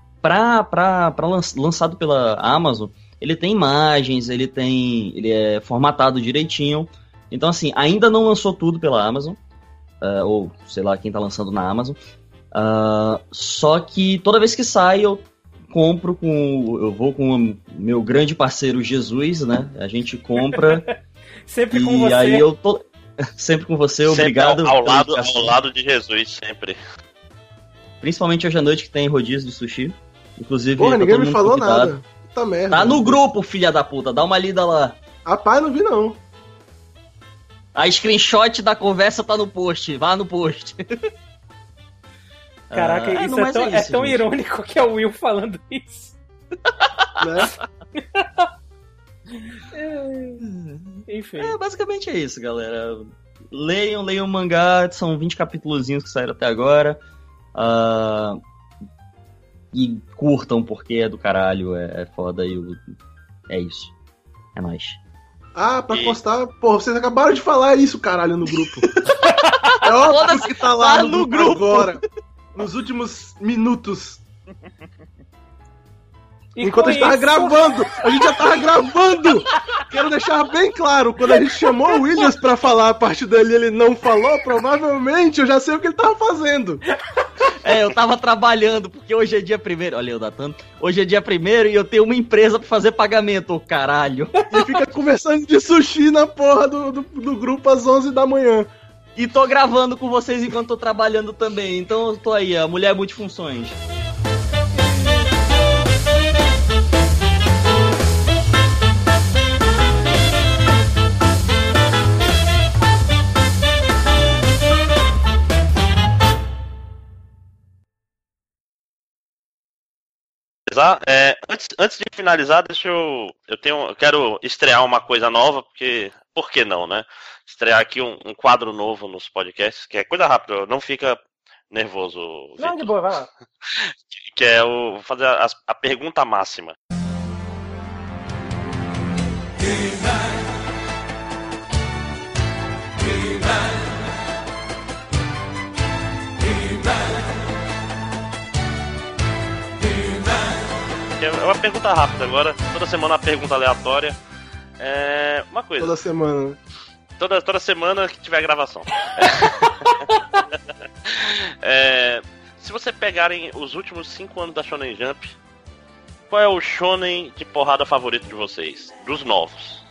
lançado pela Amazon, ele tem imagens, ele é formatado direitinho. Então, assim, ainda não lançou tudo pela Amazon, ou sei lá quem tá lançando na Amazon. Só que toda vez que sai, eu vou com o meu grande parceiro Jesus, né? A gente compra. Sempre com você. E aí eu tô sempre com você, sempre obrigado. Ao lado de Jesus, sempre. Principalmente hoje à noite que tem rodízio de sushi. Inclusive, porra, ninguém me falou convidado. nada. Puta merda. Tá no grupo, filha da puta. Dá uma lida lá. Rapaz, não vi não. A screenshot da conversa tá no post. Vá no post. Caraca, isso é tão irônico que é o Will falando isso. Né? Enfim. Basicamente é isso, galera. Leiam o mangá. São 20 capítulozinhos que saíram até agora. E curtam, porque é do caralho. É foda. É isso. É nóis. Pra postar... Porra, vocês acabaram de falar isso, caralho, no grupo. É óbvio que tá lá no grupo agora. Nos últimos minutos. Enquanto a gente tava gravando. A gente já tava gravando. Quero deixar bem claro. Quando a gente chamou o Williams pra falar a parte dele e ele não falou, provavelmente eu já sei o que ele tava fazendo. Eu tava trabalhando, porque hoje é dia 1º. Olha eu datando. Hoje é dia 1º e eu tenho uma empresa pra fazer pagamento, caralho. E fica conversando de sushi na porra do grupo às 11 da manhã. E tô gravando com vocês enquanto tô trabalhando também. Então eu tô aí, a mulher multifunções. Antes de finalizar, eu quero estrear uma coisa nova, porque por que não, né? Estrear aqui um quadro novo nos podcasts, que é coisa rápida, não fica nervoso. Não, Victor. De boa, vai lá. Que é fazer a pergunta máxima. É uma pergunta rápida agora, toda semana uma pergunta aleatória. Uma coisa. Toda semana. Toda semana que tiver gravação. Se você pegarem os últimos 5 anos da Shonen Jump, qual é o shonen de porrada favorito de vocês? Dos novos.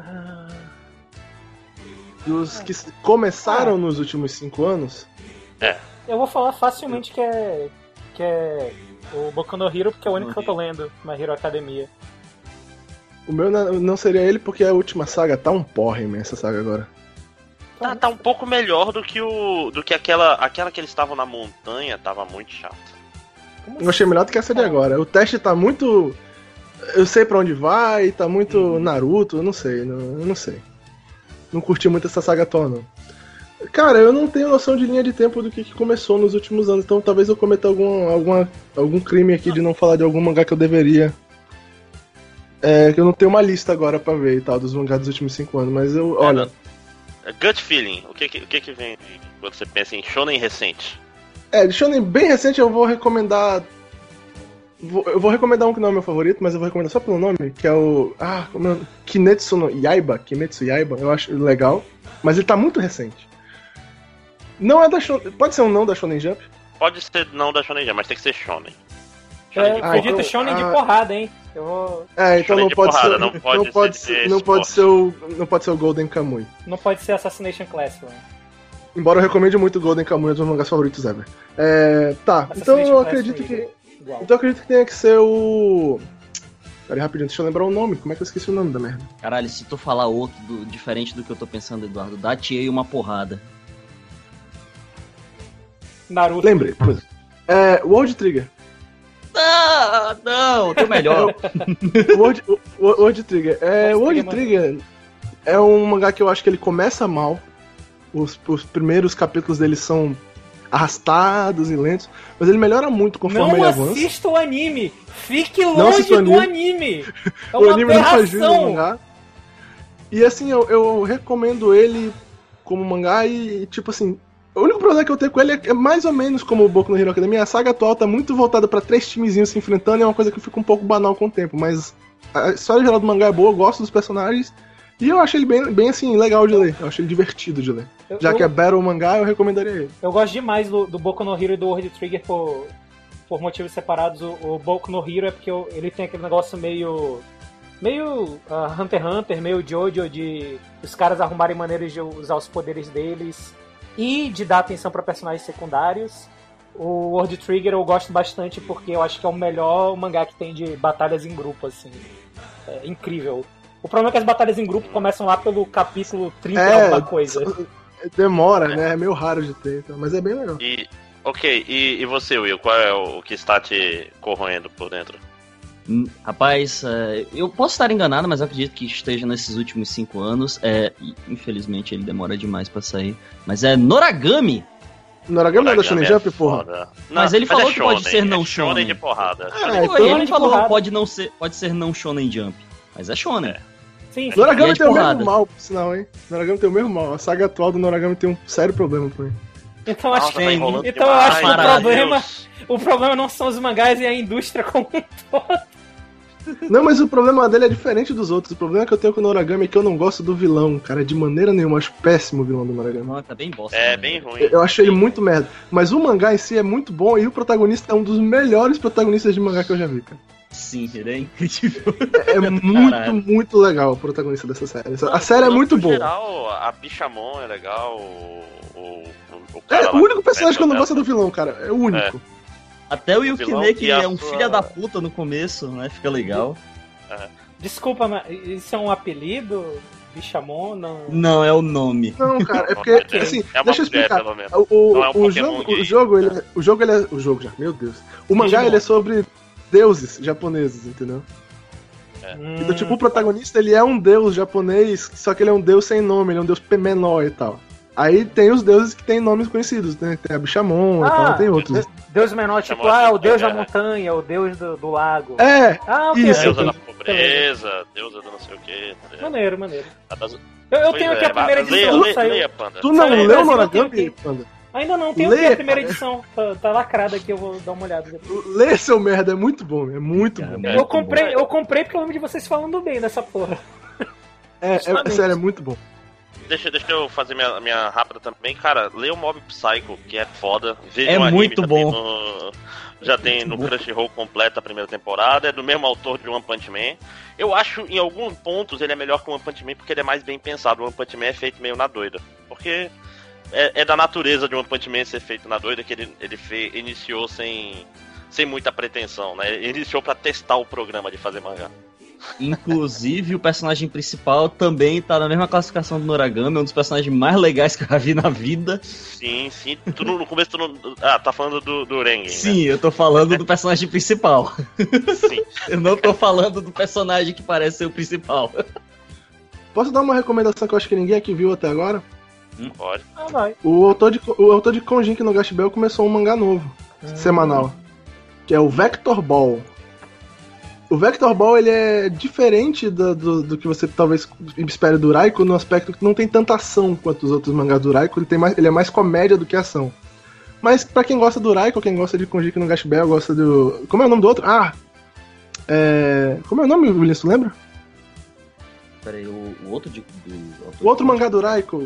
Dos que começaram nos últimos 5 anos? Eu vou falar facilmente que é o Boku no Hero, porque é o único que eu tô lendo, My Hero Academia. O meu não seria ele, porque a última saga tá um porre, essa saga agora. Tá um pouco melhor do que aquela que eles estavam na montanha, tava muito chato. Eu achei melhor do que essa de agora. O teste tá muito... Eu sei pra onde vai, tá muito Naruto, eu não sei. Não curti muito essa saga atual, não. Cara, eu não tenho noção de linha de tempo do que começou nos últimos anos, então talvez eu cometa algum crime aqui de não falar de algum mangá que eu deveria. Que eu não tenho uma lista agora pra ver e tal, dos mangás dos últimos 5 anos, mas olha... Gut feeling, o que vem quando você pensa em shonen recente? De shonen bem recente eu vou recomendar... Eu vou recomendar um que não é meu favorito, mas eu vou recomendar só pelo nome, que é o... Kimetsu no Yaiba, eu acho legal, mas ele tá muito recente. Não é da Shonen... Pode ser um não da Shonen Jump? Pode ser não da Shonen Jump, mas tem que ser shonen. Acredito shonen de porrada, hein? Eu vou... então não pode ser... Não pode ser o Golden Kamuy. Não pode ser Assassination Classroom. Embora eu recomende muito o Golden Kamuy, é um dos meus mangás favoritos ever. Então eu acredito que... Então eu acredito que tenha que ser o... Peraí, rapidinho, deixa eu lembrar o nome. Como é que eu esqueci o nome da merda? Caralho, se tu falar outro diferente do que eu tô pensando, Eduardo, dá-te aí uma porrada. Naruto. Lembrei, coisa. World Trigger. Não, tem o melhor. World Trigger. World Trigger é um mangá que eu acho que ele começa mal. Os primeiros capítulos dele são arrastados e lentos, mas ele melhora muito conforme ele avança. Não assista o anime! Fique longe do anime! É uma o anime não faz jus ao mangá. E assim, eu recomendo ele como mangá e, tipo assim, o único problema que eu tenho com ele é mais ou menos como o Boku no Hero Academia. A saga atual tá muito voltada pra 3 timezinhos se enfrentando e é uma coisa que fica um pouco banal com o tempo, mas a história geral do mangá é boa, eu gosto dos personagens e eu acho ele bem assim, legal de ler. Eu acho ele divertido de ler. Já que é Battle mangá, eu recomendaria ele. Eu gosto demais do Boku no Hero e do World Trigger por motivos separados. O Boku no Hero é porque ele tem aquele negócio meio Hunter x Hunter, meio Jojo, de os caras arrumarem maneiras de usar os poderes deles e de dar atenção para personagens secundários. O World Trigger eu gosto bastante porque eu acho que é o melhor mangá que tem de batalhas em grupo, assim. É incrível. O problema é que as batalhas em grupo começam lá pelo capítulo 30 alguma coisa. Demora, né? É meio raro de ter, então, mas é bem legal. E você, Will, qual é o que está te corroendo por dentro? Rapaz, eu posso estar enganado, mas eu acredito que esteja nesses últimos 5 anos. Infelizmente ele demora demais pra sair. Mas é Noragami! Noragami não é da Shonen Jump, porra? Não, mas ele falou que pode ser não shonen de porrada. Ele falou que pode ser não Shonen Jump. Mas é Shonen. Sim. Noragami tem o mesmo mal, por sinal, hein? Noragami tem o mesmo mal. A saga atual do Noragami tem um sério problema pra mim. Então acho que o problema não são os mangás e a indústria como um todo. Não, mas o problema dele é diferente dos outros. O problema que eu tenho com o Noragami é que eu não gosto do vilão, cara, de maneira nenhuma. Eu acho péssimo o vilão do Noragami. Tá bem bosta. Bem ruim. Eu acho ele muito merda. Mas o mangá em si é muito bom e o protagonista é um dos melhores protagonistas de mangá que eu já vi, cara. Sim, ele é incrível. É muito, muito legal o protagonista dessa série. A série é muito boa. Em geral, a Bichamon é legal. O único personagem que eu não gosto é do vilão, cara. É o único. Até o Yukine, que é um filho da puta no começo, né? Fica legal. Desculpa, mas isso é um apelido? Bichamon? Não, é o nome. Não, cara, é porque, assim, deixa eu explicar. O mangá, ele é sobre deuses japoneses, entendeu? Então, tipo, o protagonista, ele é um deus japonês, só que ele é um deus sem nome, ele é um deus menor e tal. Aí tem os deuses que têm nomes conhecidos, né? Tem a Bichamon e tal, tem outros. Deus menor, tipo, o deus da montanha, o deus do lago. Okay. Isso. Deusa da pobreza, deusa do não sei o que. Maneiro. Eu tenho aqui a primeira edição que saiu. Leia, Panda. Tu não leu Noragami, Panda? Ainda não, tenho aqui a primeira edição. Tá lacrada aqui, eu vou dar uma olhada depois. Lê, seu merda, é muito bom, é muito bom. Eu comprei porque eu lembro de vocês falando bem dessa porra. Sério, é muito bom. Deixa eu fazer minha rápida também. Cara, lê o Mob Psycho, que é foda. Veja é um muito bom. Já tem no Crunchyroll completa a primeira temporada. É do mesmo autor de One Punch Man. Eu acho, em alguns pontos, ele é melhor que o One Punch Man porque ele é mais bem pensado. O One Punch Man é feito meio na doida. Porque é da natureza de One Punch Man ser feito na doida que ele iniciou sem muita pretensão, né? Ele iniciou pra testar o programa de fazer mangá. Inclusive, o personagem principal também tá na mesma classificação do Noragami, é um dos personagens mais legais que eu já vi na vida. Sim. No começo tu não... tá falando do Rengen, Sim, né? Eu tô falando do personagem principal. Sim. Eu não tô falando do personagem que parece ser o principal. Posso dar uma recomendação que eu acho que ninguém aqui viu até agora? Pode. Vai. O autor de Konjiki no Gash Bell começou um mangá novo, semanal, que é o Vector Ball. O Vector Ball, ele é diferente do que você talvez espere do Raiko, no aspecto que não tem tanta ação quanto os outros mangás do Raiko, ele é mais comédia do que ação. Mas pra quem gosta do Raiko, quem gosta de Konjiki no Gash Bell, gosta do... Como é o nome do outro? Como é o nome, William, você lembra? Peraí, o outro de... O outro mangá do Raiko.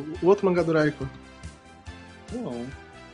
Não.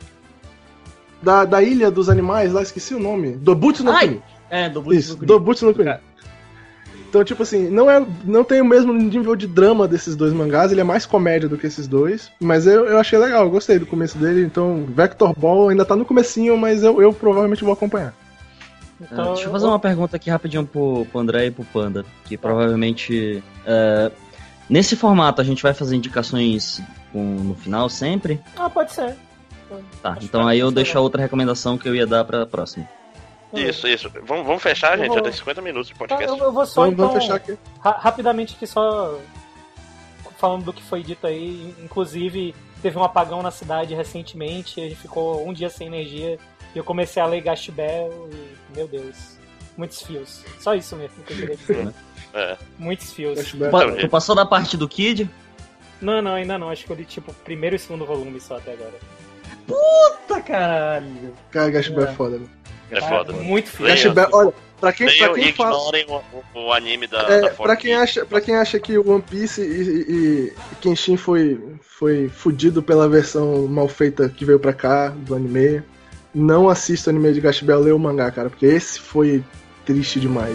Da Ilha dos Animais, lá, esqueci o nome. Dobutsu no Kuni. Dobutsu no Kuni. Então, tipo assim, não tem o mesmo nível de drama desses dois mangás, ele é mais comédia do que esses dois, mas eu achei legal, eu gostei do começo dele, então Vector Ball ainda tá no comecinho, mas eu provavelmente vou acompanhar. Então, deixa eu fazer uma pergunta aqui rapidinho pro André e pro Panda, que provavelmente nesse formato a gente vai fazer indicações no final sempre? Pode ser. Tá, então aí eu deixo a outra recomendação que eu ia dar pra próxima. Isso. Vamos fechar, gente. Já tem 50 minutos de podcast. Eu vou só, vamos fechar aqui. Rapidamente aqui, só falando do que foi dito aí. Inclusive, teve um apagão na cidade recentemente. A gente ficou um dia sem energia. E eu comecei a ler Gash Bell e, meu Deus, muitos fios. Só isso mesmo que eu queria dizer. Muitos fios. Tu passou da parte do Kid? Não, ainda não. Acho que eu li, tipo, o primeiro e o segundo volume só até agora. Puta caralho! Cara, Gash Bell é foda, né? É foda. Muito foda. Gash Bell, olha, pra quem fala... ignorem o anime da pra quem acha que o One Piece e Kenshin foi fudido pela versão mal feita que veio pra cá, do anime, não assista o anime de Gash Bell, lê o mangá, cara, porque esse foi triste demais.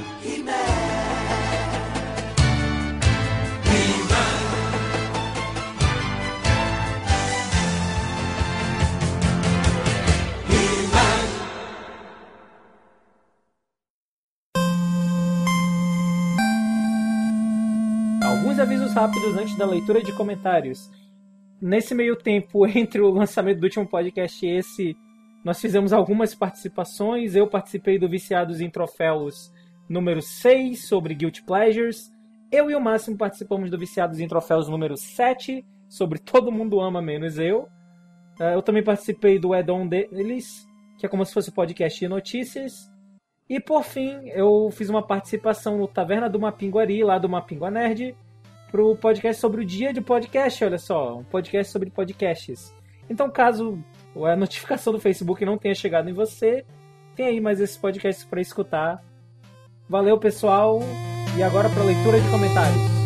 Avisos rápidos antes da leitura de comentários. Nesse meio tempo, entre o lançamento do último podcast e esse, nós fizemos algumas participações. Eu participei do Viciados em Troféus número 6, sobre Guilty Pleasures. Eu e o Máximo participamos do Viciados em Troféus número 7, sobre Todo Mundo Ama Menos Eu. Eu também participei do add-on deles, que é como se fosse um podcast de notícias. E por fim, eu fiz uma participação no Taverna do Mapinguari, lá do Mapingua Nerd, pro podcast sobre o dia de podcast, olha só, um podcast sobre podcasts. Então, caso a notificação do Facebook não tenha chegado em você, tem aí mais esses podcasts para escutar. Valeu, pessoal, e agora para a leitura de comentários.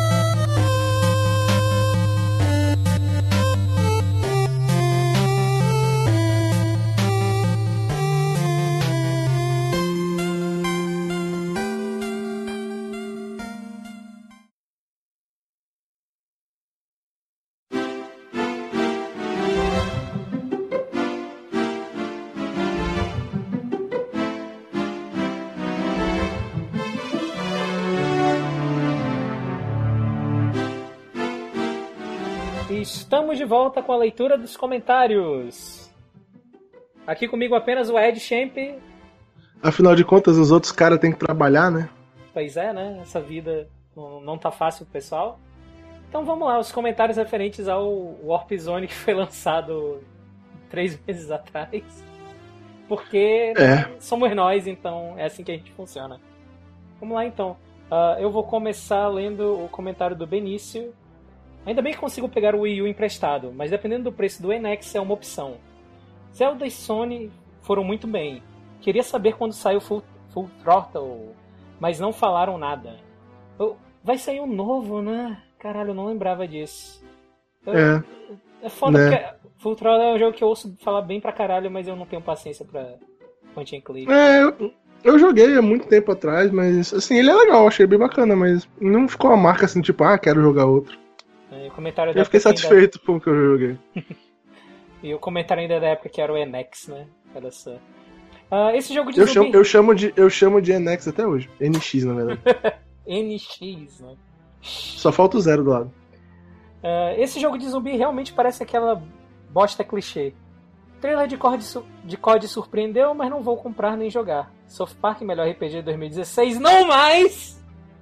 Estamos de volta com a leitura dos comentários. Aqui comigo apenas o Ed Champ. Afinal de contas, os outros caras têm que trabalhar, né? Pois é, né? Essa vida não tá fácil pro pessoal. Então vamos lá, os comentários referentes ao Warp Zone que foi lançado 3 meses atrás. Porque somos nós, então é assim que a gente funciona. Vamos lá então. Eu vou começar lendo o comentário do Benício. Ainda bem que consigo pegar o Wii U emprestado, mas dependendo do preço do NX é uma opção. Zelda e Sony foram muito bem. Queria saber quando sai o Full Throttle, mas não falaram nada. Vai sair um novo, né? Caralho, eu não lembrava disso. É foda, né? Porque Full Throttle é um jogo que eu ouço falar bem pra caralho, mas eu não tenho paciência pra point and click. Eu joguei há muito tempo atrás, mas assim, ele é legal, achei bem bacana, mas não ficou uma marca assim, tipo, quero jogar outro. Eu fiquei satisfeito com o que eu joguei. E o comentário ainda da época que era o NX, né? Olha só. Esse jogo de zumbi... Eu chamo de NX até hoje. NX, na verdade. NX, né? Só falta o 0 do lado. Esse jogo de zumbi realmente parece aquela bosta clichê. O trailer de COD surpreendeu, mas não vou comprar nem jogar. South Park, melhor RPG de 2016, não mais!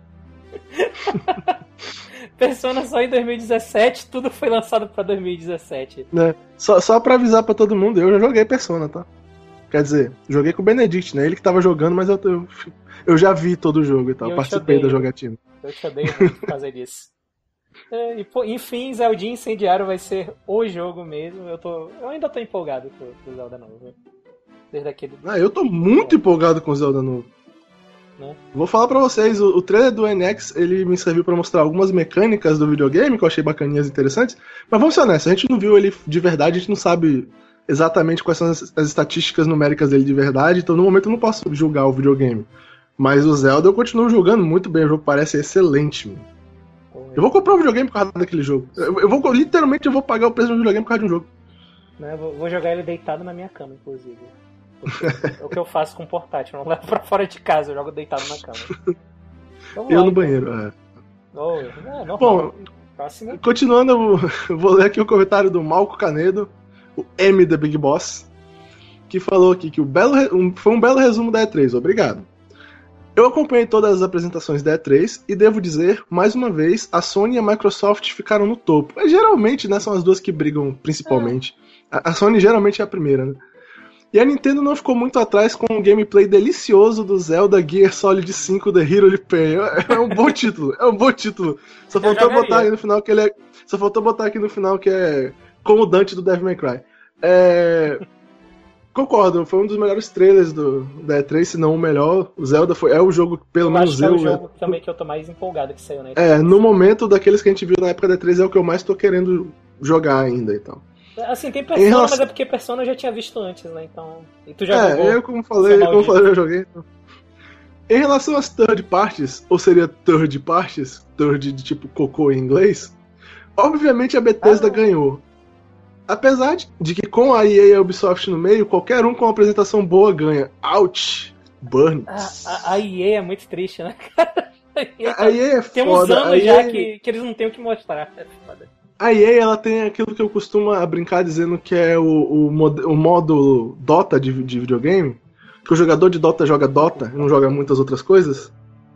Persona só em 2017, tudo foi lançado pra 2017. Só pra avisar pra todo mundo, eu já joguei Persona, tá? Quer dizer, joguei com o Benedict, né? Ele que tava jogando, mas eu já vi todo o jogo e tal, participei da jogatina. Eu te odeio muito por causa disso. Enfim, Zeldinha Incendiário vai ser o jogo mesmo. Eu ainda tô empolgado com o Zelda novo. Desde aquele... eu tô muito empolgado com o Zelda novo. Né? Vou falar pra vocês, o trailer do NX, ele me serviu pra mostrar algumas mecânicas do videogame, que eu achei bacaninhas e interessantes, mas vamos ser honestos, a gente não viu ele de verdade, a gente não sabe exatamente quais são as estatísticas numéricas dele de verdade, então no momento eu não posso julgar o videogame. Mas o Zelda eu continuo jogando muito bem, o jogo parece excelente, mano. Eu vou comprar um videogame por causa daquele jogo. Literalmente eu vou pagar o preço do videogame por causa de um jogo. Vou jogar ele deitado na minha cama, inclusive. É o que eu faço com o portátil, eu não levo pra fora de casa, eu jogo deitado na cama. Eu lá, no banheiro, Bom, continuando, eu vou ler aqui o comentário do Malco Canedo, o M da Big Boss, que falou aqui que foi um belo resumo da E3, obrigado. Eu acompanhei todas as apresentações da E3 e devo dizer, mais uma vez, a Sony e a Microsoft ficaram no topo. Mas, geralmente, né, são as duas que brigam principalmente. A Sony geralmente é a primeira, né? E a Nintendo não ficou muito atrás com um gameplay delicioso do Zelda Gear Solid 5 The Hero Pain. É um bom título, é um bom título. Só faltou botar aí no final que ele é. Só faltou botar aqui no final que é como o Dante do Devil May Cry. Concordo, foi um dos melhores trailers da E3, se não o melhor. O Zelda é o jogo, pelo menos eu. É o jogo também que eu tô mais empolgado que saiu, né? No momento daqueles que a gente viu na época da E3 é o que eu mais tô querendo jogar ainda e tal. Assim, tem Persona, mas é porque Persona eu já tinha visto antes, né? Então. E tu já jogou? Eu, como falei, eu joguei. Então. Em relação às third parties, ou seria third parties, third de tipo cocô em inglês, obviamente a Bethesda ganhou. Apesar de que com a EA e a Ubisoft no meio, qualquer um com uma apresentação boa ganha. Ouch! Burn. A EA é muito triste, né, cara? A EA é foda. Tem uns anos já que eles não têm o que mostrar. É foda. A EA, ela tem aquilo que eu costumo brincar dizendo que é o modo Dota de videogame, que o jogador de Dota joga Dota e não joga muitas outras coisas.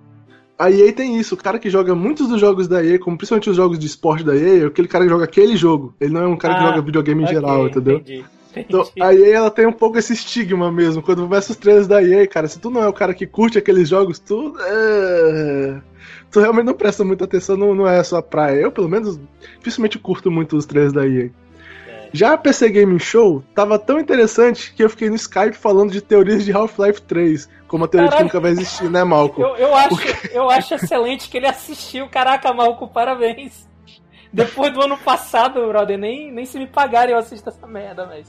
A EA tem isso, o cara que joga muitos dos jogos da EA, como principalmente os jogos de esporte da EA, é aquele cara que joga aquele jogo. Ele não é um cara que joga videogame em geral, entendeu? Entendi. Então, a EA, ela tem um pouco esse estigma mesmo. Quando começa os trailers da EA, cara, se tu não é o cara que curte aqueles jogos, tu realmente não presta muita atenção, não é a sua praia. Eu, pelo menos, dificilmente curto muito os trailers da EA. Já a PC Gaming Show tava tão interessante que eu fiquei no Skype falando de teorias de Half-Life 3, como a teoria de que nunca vai existir, né, Malcolm? Eu acho excelente que ele assistiu. Caraca, Malcolm, parabéns. Depois do ano passado, brother, nem se me pagarem eu assisto essa merda, mas...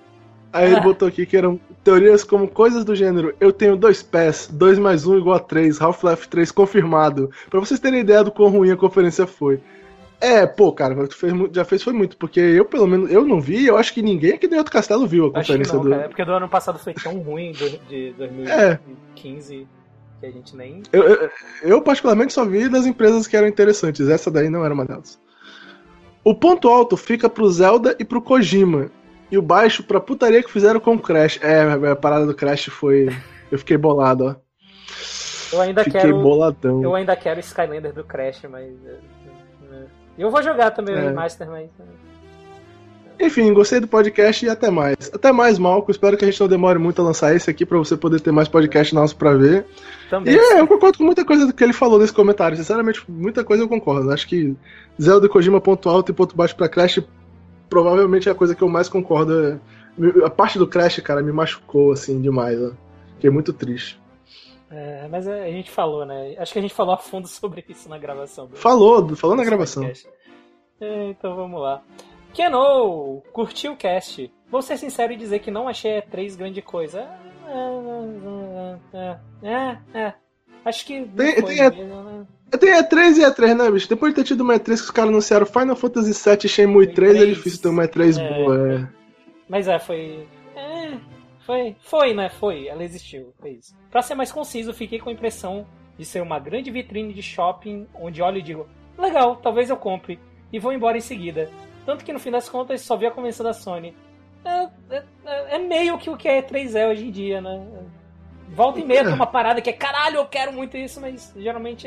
Aí ele botou aqui que eram teorias como coisas do gênero: eu tenho 2 pés, 2 mais 1 igual a 3, Half-Life 3 confirmado. Pra vocês terem ideia do quão ruim a conferência foi. Cara, já fez foi muito, porque eu, pelo menos, eu não vi, eu acho que ninguém aqui do Alto Castelo viu a conferência não, cara, porque do ano passado foi tão ruim, de 2015, que a gente nem... Eu particularmente só vi das empresas que eram interessantes, essa daí não era uma delas. O ponto alto fica pro Zelda e pro Kojima, e o baixo pra putaria que fizeram com o Crash. A parada do Crash foi... Eu fiquei bolado, ó. Fiquei boladão. Eu ainda quero Skylander do Crash, mas... Eu vou jogar também o Remaster, mas... Enfim, gostei do podcast e até mais. Até mais, Malco. Espero que a gente não demore muito a lançar esse aqui pra você poder ter mais podcast nosso pra ver. Também. E eu concordo com muita coisa do que ele falou nesse comentário. Sinceramente, muita coisa eu concordo. Acho que Zelda e Kojima ponto alto e ponto baixo pra Crash provavelmente é a coisa que eu mais concordo. A parte do Crash, cara, me machucou assim demais. Ó. Fiquei muito triste. Mas a gente falou, né? Acho que a gente falou a fundo sobre isso na gravação. Falou na gravação. Então vamos lá. Keno, curtiu o cast? Vou ser sincero e dizer que não achei a E3 grande coisa. Acho que tem E3 e E3, né, bicho? Depois de ter tido uma E3 que os caras anunciaram Final Fantasy VII e Shenmue 3, é difícil ter uma E3 boa. Mas foi... Foi, né? Foi. Ela existiu. Foi isso. Pra ser mais conciso, fiquei com a impressão de ser uma grande vitrine de shopping, onde olho e digo, legal, talvez eu compre, e vou embora em seguida. Tanto que no fim das contas só vi a convenção da Sony. É meio que o que a E3 é hoje em dia, né? Volta e meia tem uma parada que é caralho, eu quero muito isso, mas geralmente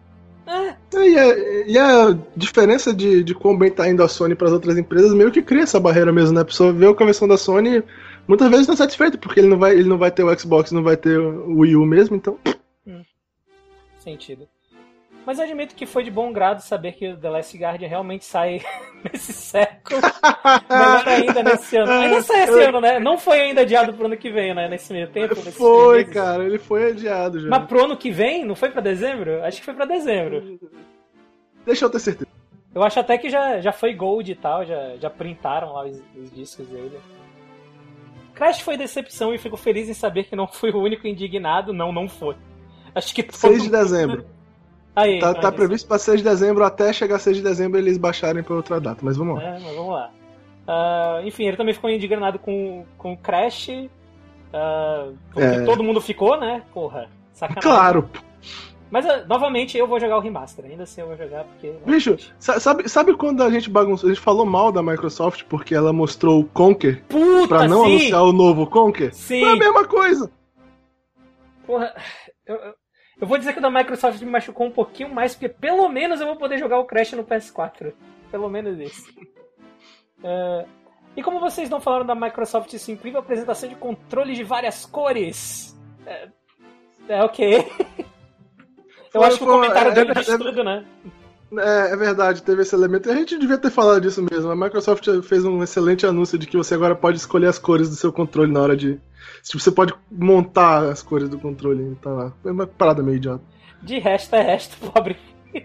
E a diferença de quão bem tá indo a Sony pras outras empresas meio que cria essa barreira mesmo, né? A pessoa vê a convenção da Sony, muitas vezes tá satisfeito, porque ele não vai ter o Xbox, não vai ter o Wii U mesmo, então... Sentido. Mas eu admito que foi de bom grado saber que o The Last Guardian realmente sai nesse século. Melhor ainda nesse ano. Ainda sai esse ano, né? Não foi ainda adiado pro ano que vem, né? Nesse meio tempo. Foi, cara. Ele foi adiado já. Mas pro ano que vem? Não foi pra dezembro? Acho que foi pra dezembro. Deixa eu ter certeza. Eu acho até que já foi Gold e tal. Já printaram lá os discos dele. Crash foi decepção e fico feliz em saber que não fui o único indignado. Não foi. Acho que 6 de dezembro. Aí, tá previsto pra 6 de dezembro, até chegar 6 de dezembro eles baixarem pra outra data, mas vamos lá. Mas vamos lá. Enfim, ele também ficou indignado com o Crash, porque todo mundo ficou, né? Porra, sacanagem. Claro! Mas, novamente, eu vou jogar o remaster, ainda assim eu vou jogar porque... Bicho, sabe quando a gente bagunçou, a gente falou mal da Microsoft porque ela mostrou o Conker pra não anunciar o novo Conker? Sim! Foi a mesma coisa! Porra, eu vou dizer que o da Microsoft me machucou um pouquinho mais, porque pelo menos eu vou poder jogar o Crash no PS4. Pelo menos isso. E como vocês não falaram da Microsoft e sua incrível apresentação de controles de várias cores? Ok. Eu acho que o comentário dele diz tudo, né? É verdade, teve esse elemento. E a gente devia ter falado disso mesmo. A Microsoft fez um excelente anúncio de que você agora pode escolher as cores do seu controle na hora de... Tipo, você pode montar as cores do controle. Tá lá. Foi uma parada meio idiota. De resto é resto, pobre.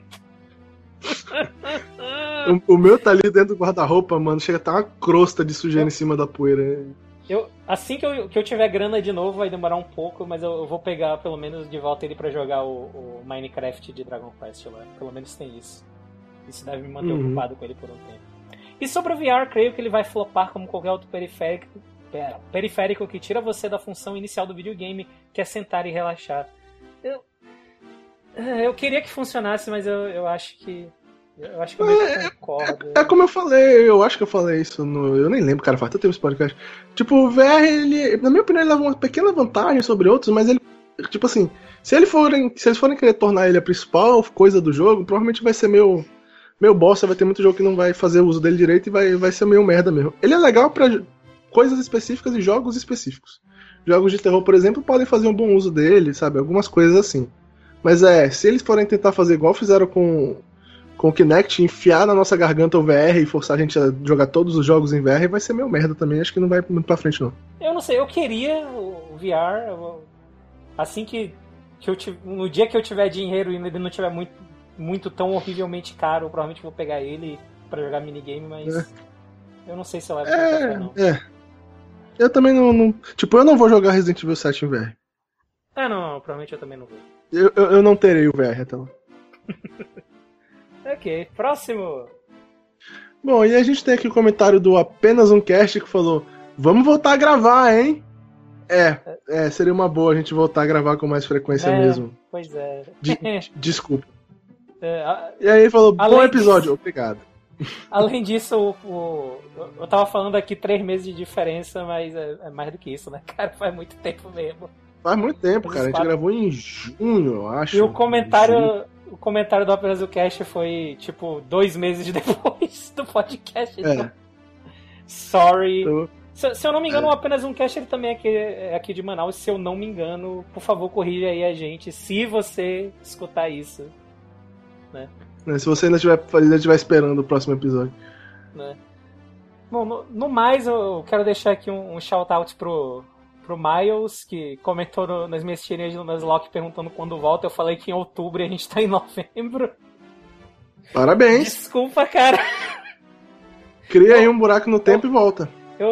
O meu tá ali dentro do guarda-roupa, mano. Chega a estar uma crosta de sujeira em cima da poeira. Assim que eu tiver grana de novo, vai demorar um pouco, mas eu vou pegar pelo menos de volta ele pra jogar o Minecraft de Dragon Quest lá. Pelo menos tem isso. Isso deve me manter ocupado com ele por um tempo. E sobre o VR, creio que ele vai flopar como qualquer outro periférico que tira você da função inicial do videogame, que é sentar e relaxar. Eu queria que funcionasse, mas eu acho que... Eu acho que eu meio que concordo. É como eu falei, eu acho que eu falei isso no... Eu nem lembro, cara, faz tanto tempo esse podcast. Tipo, o VR, ele... Na minha opinião, ele leva uma pequena vantagem sobre outros, mas ele... Tipo assim, se eles forem querer tornar ele a principal coisa do jogo, provavelmente vai ser meio bosta, vai ter muito jogo que não vai fazer uso dele direito e vai ser meio merda mesmo. Ele é legal pra coisas específicas e jogos específicos. Jogos de terror, por exemplo, podem fazer um bom uso dele, sabe? Algumas coisas assim. Mas se eles forem tentar fazer igual fizeram com o Kinect, enfiar na nossa garganta o VR e forçar a gente a jogar todos os jogos em VR, vai ser meio merda também. Acho que não vai muito pra frente, não. Eu não sei, eu queria o VR, assim que no dia que eu tiver dinheiro e ele não tiver muito tão horrivelmente caro, eu provavelmente vou pegar ele pra jogar minigame, mas eu não sei se eu levo pra não. Eu também não... Tipo, eu não vou jogar Resident Evil 7 em VR. Não, provavelmente eu também não vou. Eu não terei o VR até lá. Ok, próximo. Bom, e a gente tem aqui o comentário do Apenas Um Cast que falou: vamos voltar a gravar, hein? Seria uma boa a gente voltar a gravar com mais frequência mesmo. Pois é. Desculpa. E aí ele falou: bom episódio, obrigado. Além disso, eu tava falando aqui 3 meses de diferença, mas é mais do que isso, né, cara? Faz muito tempo mesmo. Faz muito tempo, cara. A gente gravou em junho, eu acho. E o comentário do Apenas o Cast foi, tipo, 2 meses depois do podcast. Então... Sorry. Se eu não me engano, o Apenas um Cast ele também é aqui de Manaus. Se eu não me engano, por favor, corrija aí a gente, se você escutar isso. Né? Se você ainda estiver esperando o próximo episódio. Né? Bom, no mais, eu quero deixar aqui um shout-out pro Miles, que comentou nas minhas tirinhas do Nuzlocke perguntando quando volta. Eu falei que em outubro e a gente tá em novembro. Parabéns! Desculpa, cara. Cria aí um buraco no tempo e volta.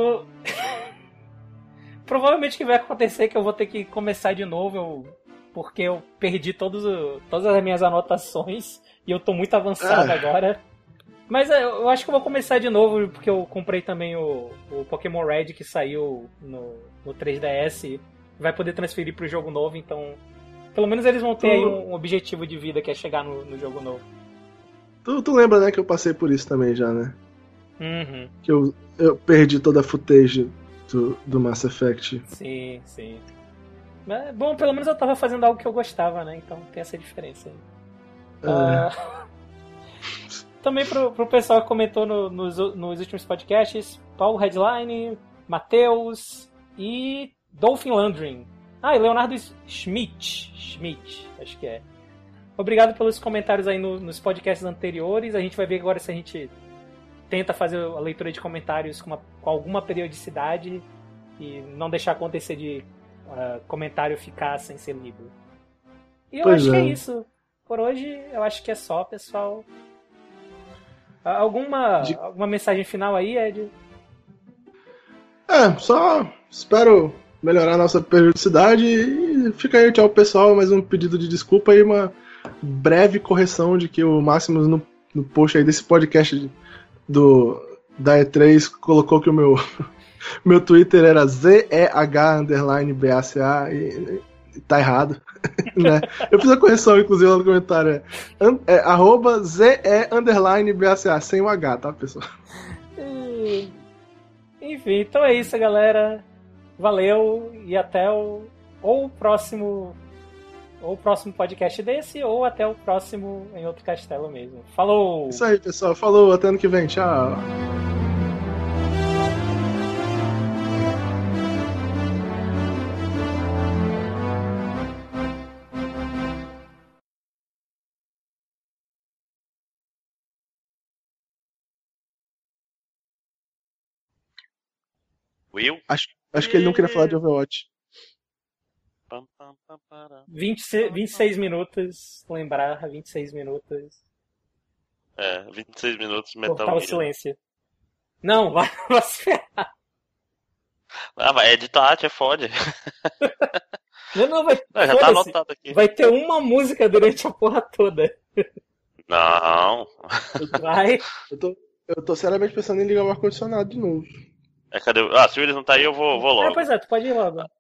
Provavelmente o que vai acontecer é que eu vou ter que começar de novo, porque eu perdi todas as minhas anotações e eu tô muito avançado agora. Mas eu acho que eu vou começar de novo, porque eu comprei também o Pokémon Red que saiu no 3DS. Vai poder transferir pro jogo novo, então... Pelo menos eles vão ter aí um objetivo de vida, que é chegar no jogo novo. Tu lembra, né, que eu passei por isso também já, né? Uhum. Que eu perdi toda a footage do Mass Effect. Sim. Mas, bom, pelo menos eu tava fazendo algo que eu gostava, né? Então tem essa diferença aí. Também pro pessoal que comentou nos últimos podcasts, Paulo Headline, Matheus e Dolphin Landry. E Leonardo Schmidt, acho que é. Obrigado pelos comentários aí nos podcasts anteriores. A gente vai ver agora se a gente tenta fazer a leitura de comentários com alguma periodicidade e não deixar acontecer de comentário ficar sem ser lido. E eu acho que é isso. Por hoje, eu acho que é só, pessoal. Alguma mensagem final aí, Ed? Só espero melhorar a nossa periodicidade e fica aí, tchau, pessoal. Mais um pedido de desculpa e uma breve correção de que o Máximos no post aí desse podcast da E3 colocou que o meu Twitter era ZEH_BACA e tá errado. Né? Eu fiz a correção, inclusive, lá no comentário. @ZE_BACA, sem o H, tá, pessoal? Enfim, então é isso, galera. Valeu e até o próximo podcast desse, ou até o próximo em outro castelo mesmo. Falou! Isso aí, pessoal. Falou, até ano que vem. Tchau! Will? Acho que ele não queria falar de Overwatch. 26 minutos, lembrar, 26 minutos. 26 minutos, Metal Cortar o Gear. silêncio. Não, vai se ferrar. Vai editar, te fode. Não, vai. Não, já tá Foda-se. anotado aqui. Vai ter uma música durante a porra toda. Não. Vai. Eu tô seriamente pensando em ligar o ar-condicionado de novo. Cadê? Se o Willis não tá aí, eu vou logo. Pois é, tu pode ir logo.